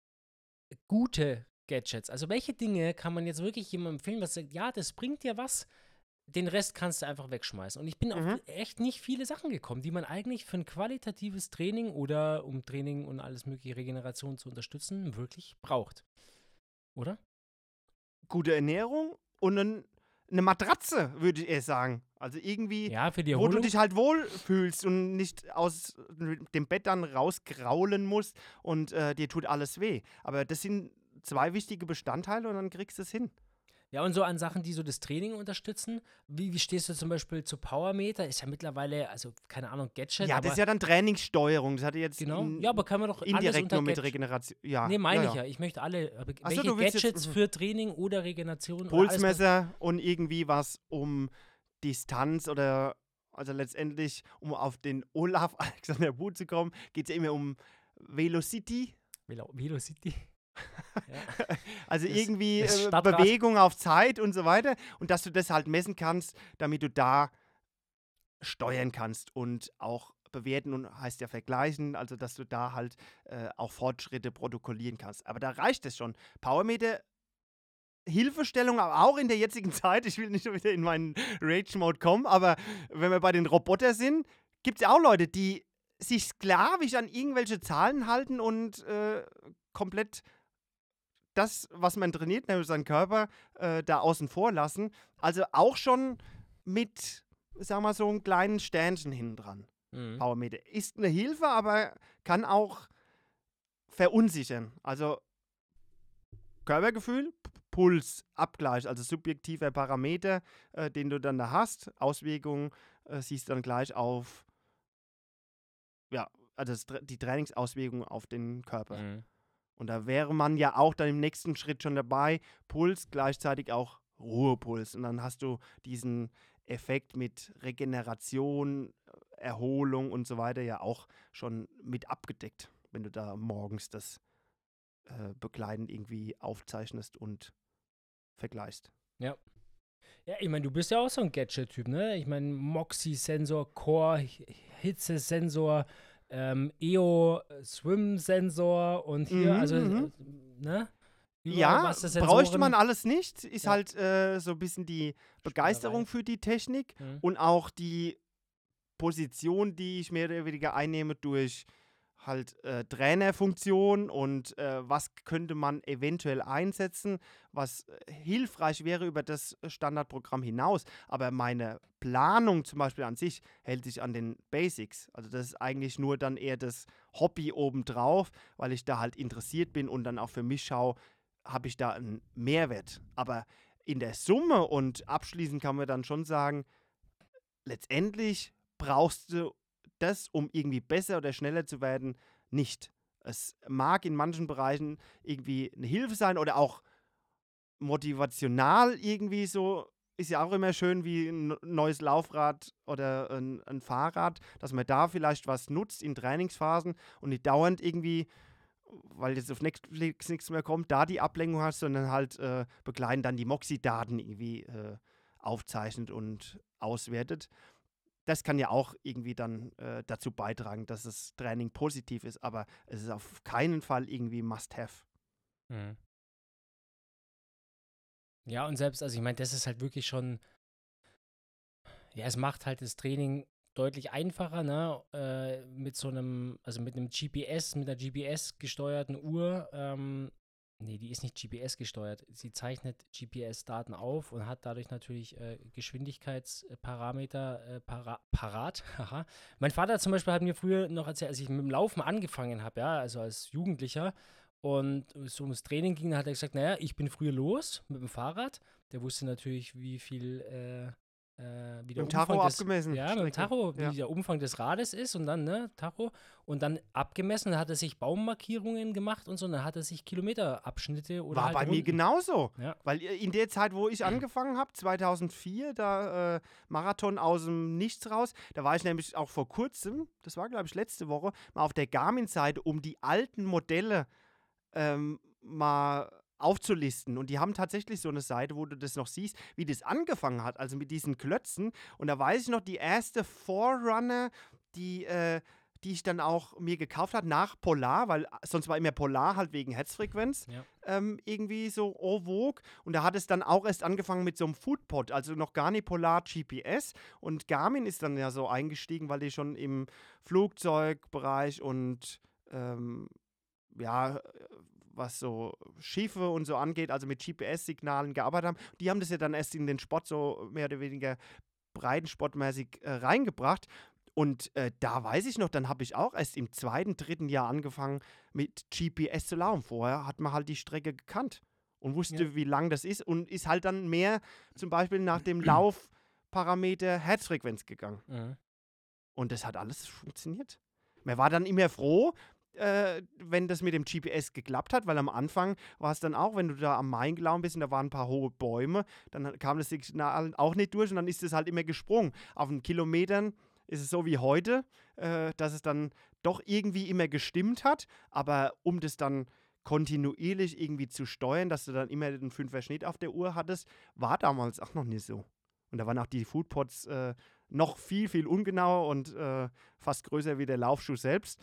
[SPEAKER 1] gute Gadgets? Also welche Dinge kann man jetzt wirklich jemandem empfehlen, was sagt, ja, das bringt dir was, den Rest kannst du einfach wegschmeißen. Und ich bin
[SPEAKER 2] Mhm.
[SPEAKER 1] auf echt nicht viele Sachen gekommen, die man eigentlich für ein qualitatives Training oder um Training und alles mögliche Regeneration zu unterstützen, wirklich braucht. Oder?
[SPEAKER 2] Gute Ernährung und ein, eine Matratze, würde ich eher sagen. Also irgendwie,
[SPEAKER 1] Ja, für die
[SPEAKER 2] wo du
[SPEAKER 1] Erholung.
[SPEAKER 2] dich halt wohlfühlst und nicht aus dem Bett dann rausgraulen musst und äh, dir tut alles weh. Aber das sind zwei wichtige Bestandteile und dann kriegst du es hin.
[SPEAKER 1] Ja, und so an Sachen, die so das Training unterstützen. Wie, wie stehst du zum Beispiel zu Powermeter? Ist ja mittlerweile, also keine Ahnung, Gadget.
[SPEAKER 2] Ja,
[SPEAKER 1] aber
[SPEAKER 2] das ist ja dann Trainingssteuerung. Das hatte jetzt
[SPEAKER 1] genau.
[SPEAKER 2] in,
[SPEAKER 1] Ja, aber kann man doch alles
[SPEAKER 2] indirekt
[SPEAKER 1] unter
[SPEAKER 2] nur mit
[SPEAKER 1] Gadget.
[SPEAKER 2] Regeneration. Ja,
[SPEAKER 1] Nee, meine
[SPEAKER 2] ja,
[SPEAKER 1] ich
[SPEAKER 2] ja.
[SPEAKER 1] ja. Ich möchte alle. Aber
[SPEAKER 2] Ach so,
[SPEAKER 1] welche
[SPEAKER 2] du willst jetzt-
[SPEAKER 1] Gadgets
[SPEAKER 2] mhm.
[SPEAKER 1] für Training oder Regeneration? Oder
[SPEAKER 2] Pulsmesser und irgendwie was um Distanz oder also letztendlich, um auf den Olaf Alexander Buch zu kommen, geht es ja immer um Velocity.
[SPEAKER 1] alles, Velocity. Ja.
[SPEAKER 2] Also
[SPEAKER 1] Das-
[SPEAKER 2] irgendwie
[SPEAKER 1] das
[SPEAKER 2] äh,
[SPEAKER 1] Stadtrad.
[SPEAKER 2] Bewegung auf Zeit und so weiter. Und dass du das halt messen kannst, damit du da steuern kannst und auch bewerten und heißt ja vergleichen, also dass du da halt äh, auch Fortschritte protokollieren kannst. Aber da reicht es schon. Powermeter, Hilfestellung, aber auch in der jetzigen Zeit, ich will nicht schon wieder in meinen Rage-Mode kommen, aber wenn wir bei den Robotern sind, gibt es ja auch Leute, die sich sklavisch an irgendwelche Zahlen halten und äh, komplett das, was man trainiert, nämlich seinen Körper, äh, da außen vor lassen. Also auch schon mit, sagen wir mal, so einem kleinen Sternchen hinten dran.
[SPEAKER 1] Mhm.
[SPEAKER 2] Powermeter ist eine Hilfe, aber kann auch verunsichern. Also Körpergefühl, P- Puls, Abgleich, also subjektiver Parameter, äh, den du dann da hast. Auswirkungen äh, siehst du dann gleich auf, ja, also das, Tra- die Trainingsauswirkungen auf den Körper.
[SPEAKER 1] Mhm.
[SPEAKER 2] Und da wäre man ja auch dann im nächsten Schritt schon dabei, Puls, gleichzeitig auch Ruhepuls. Und dann hast du diesen Effekt mit Regeneration, Erholung und so weiter ja auch schon mit abgedeckt, wenn du da morgens das äh, begleitend irgendwie aufzeichnest und vergleichst.
[SPEAKER 1] Ja, ich meine, du bist ja auch so ein Gadget-Typ, ne? Ich meine, Moxie-Sensor, Core, Hitzesensor, ähm, E O-Swim-Sensor und hier,
[SPEAKER 2] Mhm,
[SPEAKER 1] also,
[SPEAKER 2] mhm.
[SPEAKER 1] äh, ne? Überall,
[SPEAKER 2] Ja,
[SPEAKER 1] was das
[SPEAKER 2] bräuchte
[SPEAKER 1] Sensoren-
[SPEAKER 2] man alles nicht. Ist
[SPEAKER 1] Ja.
[SPEAKER 2] halt äh, so ein bisschen die Begeisterung für die Technik
[SPEAKER 1] Mhm.
[SPEAKER 2] und auch die Position, die ich mehr oder weniger einnehme durch halt äh, Trainerfunktion und äh, was könnte man eventuell einsetzen, was äh, hilfreich wäre über das Standardprogramm hinaus. Aber meine Planung zum Beispiel an sich hält sich an den Basics. Also das ist eigentlich nur dann eher das Hobby obendrauf, weil ich da halt interessiert bin und dann auch für mich schaue, habe ich da einen Mehrwert. Aber in der Summe und abschließend kann man dann schon sagen, letztendlich brauchst du das, um irgendwie besser oder schneller zu werden, nicht. Es mag in manchen Bereichen irgendwie eine Hilfe sein oder auch motivational irgendwie so. Ist ja auch immer schön wie ein neues Laufrad oder ein, ein Fahrrad, dass man da vielleicht was nutzt in Trainingsphasen und nicht dauernd irgendwie, weil jetzt auf Netflix nichts mehr kommt, da die Ablenkung hast, sondern halt äh, begleiten dann die Moxie-Daten irgendwie äh, aufzeichnet und auswertet. Das kann ja auch irgendwie dann äh, dazu beitragen, dass das Training positiv ist, aber es ist auf keinen Fall irgendwie Must-Have.
[SPEAKER 1] Mhm. Ja, und selbst, also ich meine, das ist halt wirklich schon, Ja, es macht halt das Training deutlich einfacher, ne? Äh, mit so einem, also mit einem G P S, mit einer G P S-gesteuerten Uhr. Ähm, nee, die ist nicht G P S-gesteuert. Sie zeichnet G P S-Daten auf und hat dadurch natürlich äh, Geschwindigkeitsparameter äh, para parat. Haha. Mein Vater zum Beispiel hat mir früher noch erzählt, als ich mit dem Laufen angefangen habe, ja, also als Jugendlicher, und so ums Training ging, da hat er gesagt, naja, ich bin früher los mit dem Fahrrad. Der wusste natürlich, wie viel, äh, äh, wie
[SPEAKER 2] Mit
[SPEAKER 1] der
[SPEAKER 2] dem Tacho
[SPEAKER 1] Umfang des,
[SPEAKER 2] abgemessen.
[SPEAKER 1] ja, mit dem
[SPEAKER 2] Strecke.
[SPEAKER 1] Tacho, wie
[SPEAKER 2] Ja.
[SPEAKER 1] der Umfang des Rades ist und dann, ne, Tacho, und dann abgemessen, dann hat er sich Baummarkierungen gemacht und so, und dann hat er sich Kilometerabschnitte oder
[SPEAKER 2] War
[SPEAKER 1] halt
[SPEAKER 2] bei mir
[SPEAKER 1] Runden.
[SPEAKER 2] genauso.
[SPEAKER 1] Ja.
[SPEAKER 2] Weil äh, in der Zeit, wo ich angefangen habe, zweitausendvier, da äh, Marathon aus dem Nichts raus, da war ich nämlich auch vor kurzem, das war glaube ich letzte Woche, mal auf der Garmin-Seite, um die alten Modelle ähm, mal aufzulisten. Und die haben tatsächlich so eine Seite, wo du das noch siehst, wie das angefangen hat, also mit diesen Klötzen. Und da weiß ich noch, die erste Forerunner, die, äh, die ich dann auch mir gekauft habe, nach Polar, weil sonst war immer Polar halt wegen Herzfrequenz
[SPEAKER 1] Ja.
[SPEAKER 2] ähm, irgendwie so en vogue. Und da hat es dann auch erst angefangen mit so einem Foodpod, also noch gar nicht Polar G P S. Und Garmin ist dann ja so eingestiegen, weil die schon im Flugzeugbereich und ähm, ja, was so Schiffe und so angeht, also mit G P S-Signalen gearbeitet haben. Die haben das ja dann erst in den Sport so mehr oder weniger breitensportmäßig äh, reingebracht. Und äh, da weiß ich noch, dann habe ich auch erst im zweiten, dritten Jahr angefangen mit G P S zu laufen. Vorher hat man halt die Strecke gekannt und wusste,
[SPEAKER 1] Ja.
[SPEAKER 2] wie lang das ist und ist halt dann mehr zum Beispiel nach dem Laufparameter Herzfrequenz gegangen.
[SPEAKER 1] Mhm.
[SPEAKER 2] Und das hat alles funktioniert. Man war dann immer froh, äh, wenn das mit dem G P S geklappt hat, weil am Anfang war es dann auch, wenn du da am Main gelaufen bist und da waren ein paar hohe Bäume, dann kam das Signal auch nicht durch und dann ist es halt immer gesprungen. Auf den Kilometern ist es so wie heute, äh, dass es dann doch irgendwie immer gestimmt hat, aber um das dann kontinuierlich irgendwie zu steuern, dass du dann immer den Fünfer Schnitt auf der Uhr hattest, war damals auch noch nicht so. Und da waren auch die Foodpods äh, noch viel, viel ungenauer und äh, fast größer wie der Laufschuh selbst.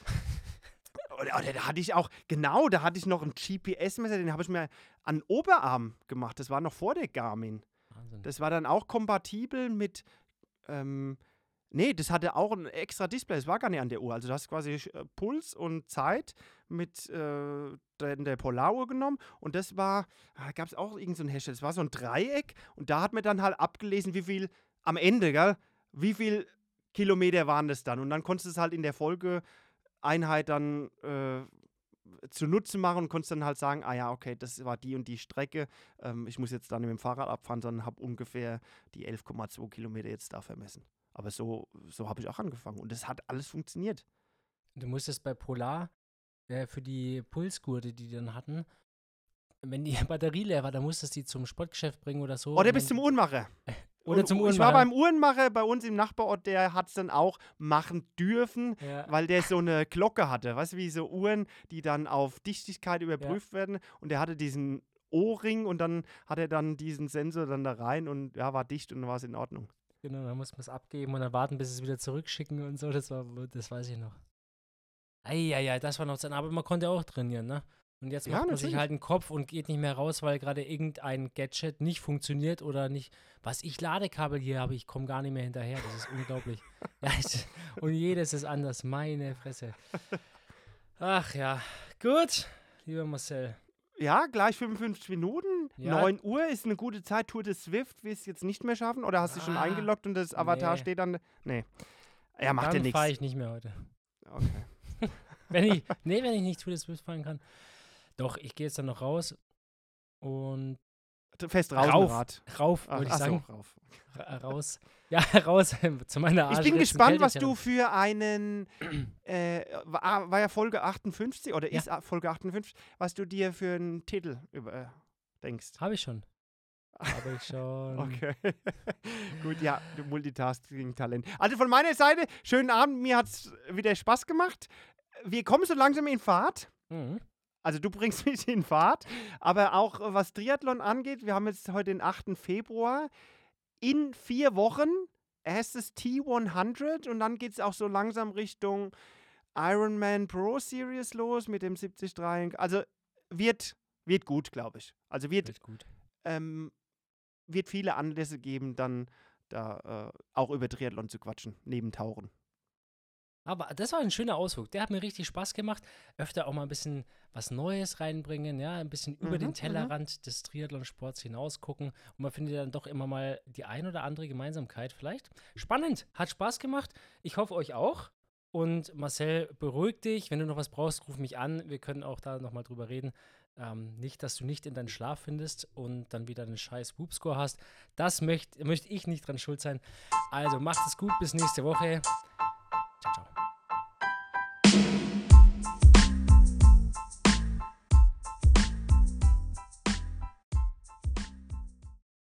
[SPEAKER 2] Oder, oder da hatte ich auch, genau, da hatte ich noch ein G P S-Messer, den habe ich mir an den Oberarm gemacht. Das war noch vor der Garmin.
[SPEAKER 1] Wahnsinn.
[SPEAKER 2] Das war dann auch kompatibel mit, ähm, nee, das hatte auch ein extra Display, das war gar nicht an der Uhr. Also du hast quasi äh, Puls und Zeit mit äh, der, der Polaruhr genommen und das war, da gab es auch irgendeinen so einen Hersteller, das war so ein Dreieck und da hat man dann halt abgelesen, wie viel, am Ende, gell, wie viel Kilometer waren das dann und dann konntest du es halt in der Folgeeinheit dann äh, zunutze machen und konntest dann halt sagen, ah ja, okay, das war die und die Strecke, ähm, ich muss jetzt dann mit dem Fahrrad abfahren, sondern habe ungefähr die elf Komma zwei Kilometer jetzt da vermessen. Aber so, so habe ich auch angefangen und es hat alles funktioniert.
[SPEAKER 1] Du musstest bei Polar äh, für die Pulsgurte, die die dann hatten, wenn die Batterie leer war, dann musstest du die zum Sportgeschäft bringen oder so.
[SPEAKER 2] Oder
[SPEAKER 1] und
[SPEAKER 2] bis
[SPEAKER 1] dann-
[SPEAKER 2] zum Uhrenmacher.
[SPEAKER 1] Oder
[SPEAKER 2] Und
[SPEAKER 1] zum
[SPEAKER 2] Ich war
[SPEAKER 1] Uhrenmacher.
[SPEAKER 2] beim Uhrenmacher bei uns im Nachbarort, der hat es dann auch machen dürfen,
[SPEAKER 1] Ja.
[SPEAKER 2] weil der so eine Glocke hatte. Weißt du, wie so Uhren, die dann auf Dichtigkeit überprüft werden. Und der hatte diesen O-Ring und dann hat er dann diesen Sensor dann da rein und ja, war dicht und dann war es in Ordnung.
[SPEAKER 1] Genau, dann muss man es abgeben und dann warten, bis es wieder zurückschicken und so. Das war, das weiß ich noch. Eieiei, das war noch Zeit. Aber man konnte auch trainieren, ne? Und jetzt
[SPEAKER 2] Ja,
[SPEAKER 1] macht man sich
[SPEAKER 2] natürlich.
[SPEAKER 1] halt einen Kopf und geht nicht mehr raus, weil gerade irgendein Gadget nicht funktioniert oder nicht. Was ich Ladekabel hier habe, ich komme gar nicht mehr hinterher. Das ist unglaublich. Ja, ich, und jedes ist anders. Meine Fresse. Ach ja. Gut, lieber Marcel.
[SPEAKER 2] Ja, gleich fünfundfünfzig Minuten.
[SPEAKER 1] Ja.
[SPEAKER 2] neun Uhr ist eine gute Zeit. Tour de Swift wirst du jetzt nicht mehr schaffen? Oder hast du dich schon
[SPEAKER 1] Ah,
[SPEAKER 2] eingeloggt und das Avatar
[SPEAKER 1] nee.
[SPEAKER 2] steht dann? Nee. Ja, macht ja
[SPEAKER 1] Dann
[SPEAKER 2] nichts.
[SPEAKER 1] fahre ich nicht mehr heute.
[SPEAKER 2] Okay.
[SPEAKER 1] Wenn ich, nee, wenn ich nicht Tour de Swift fahren kann. Doch, ich gehe jetzt dann noch raus und
[SPEAKER 2] Fest raus
[SPEAKER 1] rauf,
[SPEAKER 2] Rad.
[SPEAKER 1] rauf,
[SPEAKER 2] Ach,
[SPEAKER 1] wollte ich
[SPEAKER 2] ach so,
[SPEAKER 1] sagen.
[SPEAKER 2] rauf.
[SPEAKER 1] Ra- raus. Ja, raus zu meiner
[SPEAKER 2] Ich bin
[SPEAKER 1] arschletzten
[SPEAKER 2] gespannt, was du
[SPEAKER 1] Kältetherapie.
[SPEAKER 2] für einen, äh, war, war ja Folge achtundfünfzig oder
[SPEAKER 1] Ja.
[SPEAKER 2] ist a- Folge achtundfünfzig, was du dir für einen Titel über, äh, denkst.
[SPEAKER 1] Habe ich schon. Habe ich schon.
[SPEAKER 2] Okay. Gut, ja, du Multitasking-Talent. Also von meiner Seite, schönen Abend, mir hat es wieder Spaß gemacht. Wir kommen so langsam in Fahrt.
[SPEAKER 1] Mhm.
[SPEAKER 2] Also du bringst mich in Fahrt, aber auch äh, was Triathlon angeht, wir haben jetzt heute den achten Februar. In vier Wochen erstes T hundert und dann geht es auch so langsam Richtung Ironman Pro Series los mit dem siebzig drei. Also wird, wird gut, glaube ich. Also wird,
[SPEAKER 1] Wird gut.
[SPEAKER 2] ähm, wird viele Anlässe geben, dann da äh, auch über Triathlon zu quatschen, neben Tauchen.
[SPEAKER 1] Aber das war ein schöner Ausflug. Der hat mir richtig Spaß gemacht. Öfter auch mal ein bisschen was Neues reinbringen, ja, ein bisschen über
[SPEAKER 2] Mhm,
[SPEAKER 1] den
[SPEAKER 2] mhm.
[SPEAKER 1] Tellerrand des Triathlonsports hinaus gucken. Und man findet dann doch immer mal die ein oder andere Gemeinsamkeit vielleicht. Spannend, hat Spaß gemacht. Ich hoffe, euch auch. Und Marcel, beruhig dich. Wenn du noch was brauchst, ruf mich an. Wir können auch da nochmal drüber reden. Ähm, nicht, dass du nicht in deinen Schlaf findest und dann wieder einen scheiß Whoop-Score hast. Das möchte möcht ich nicht dran schuld sein. Also macht es gut, bis nächste Woche.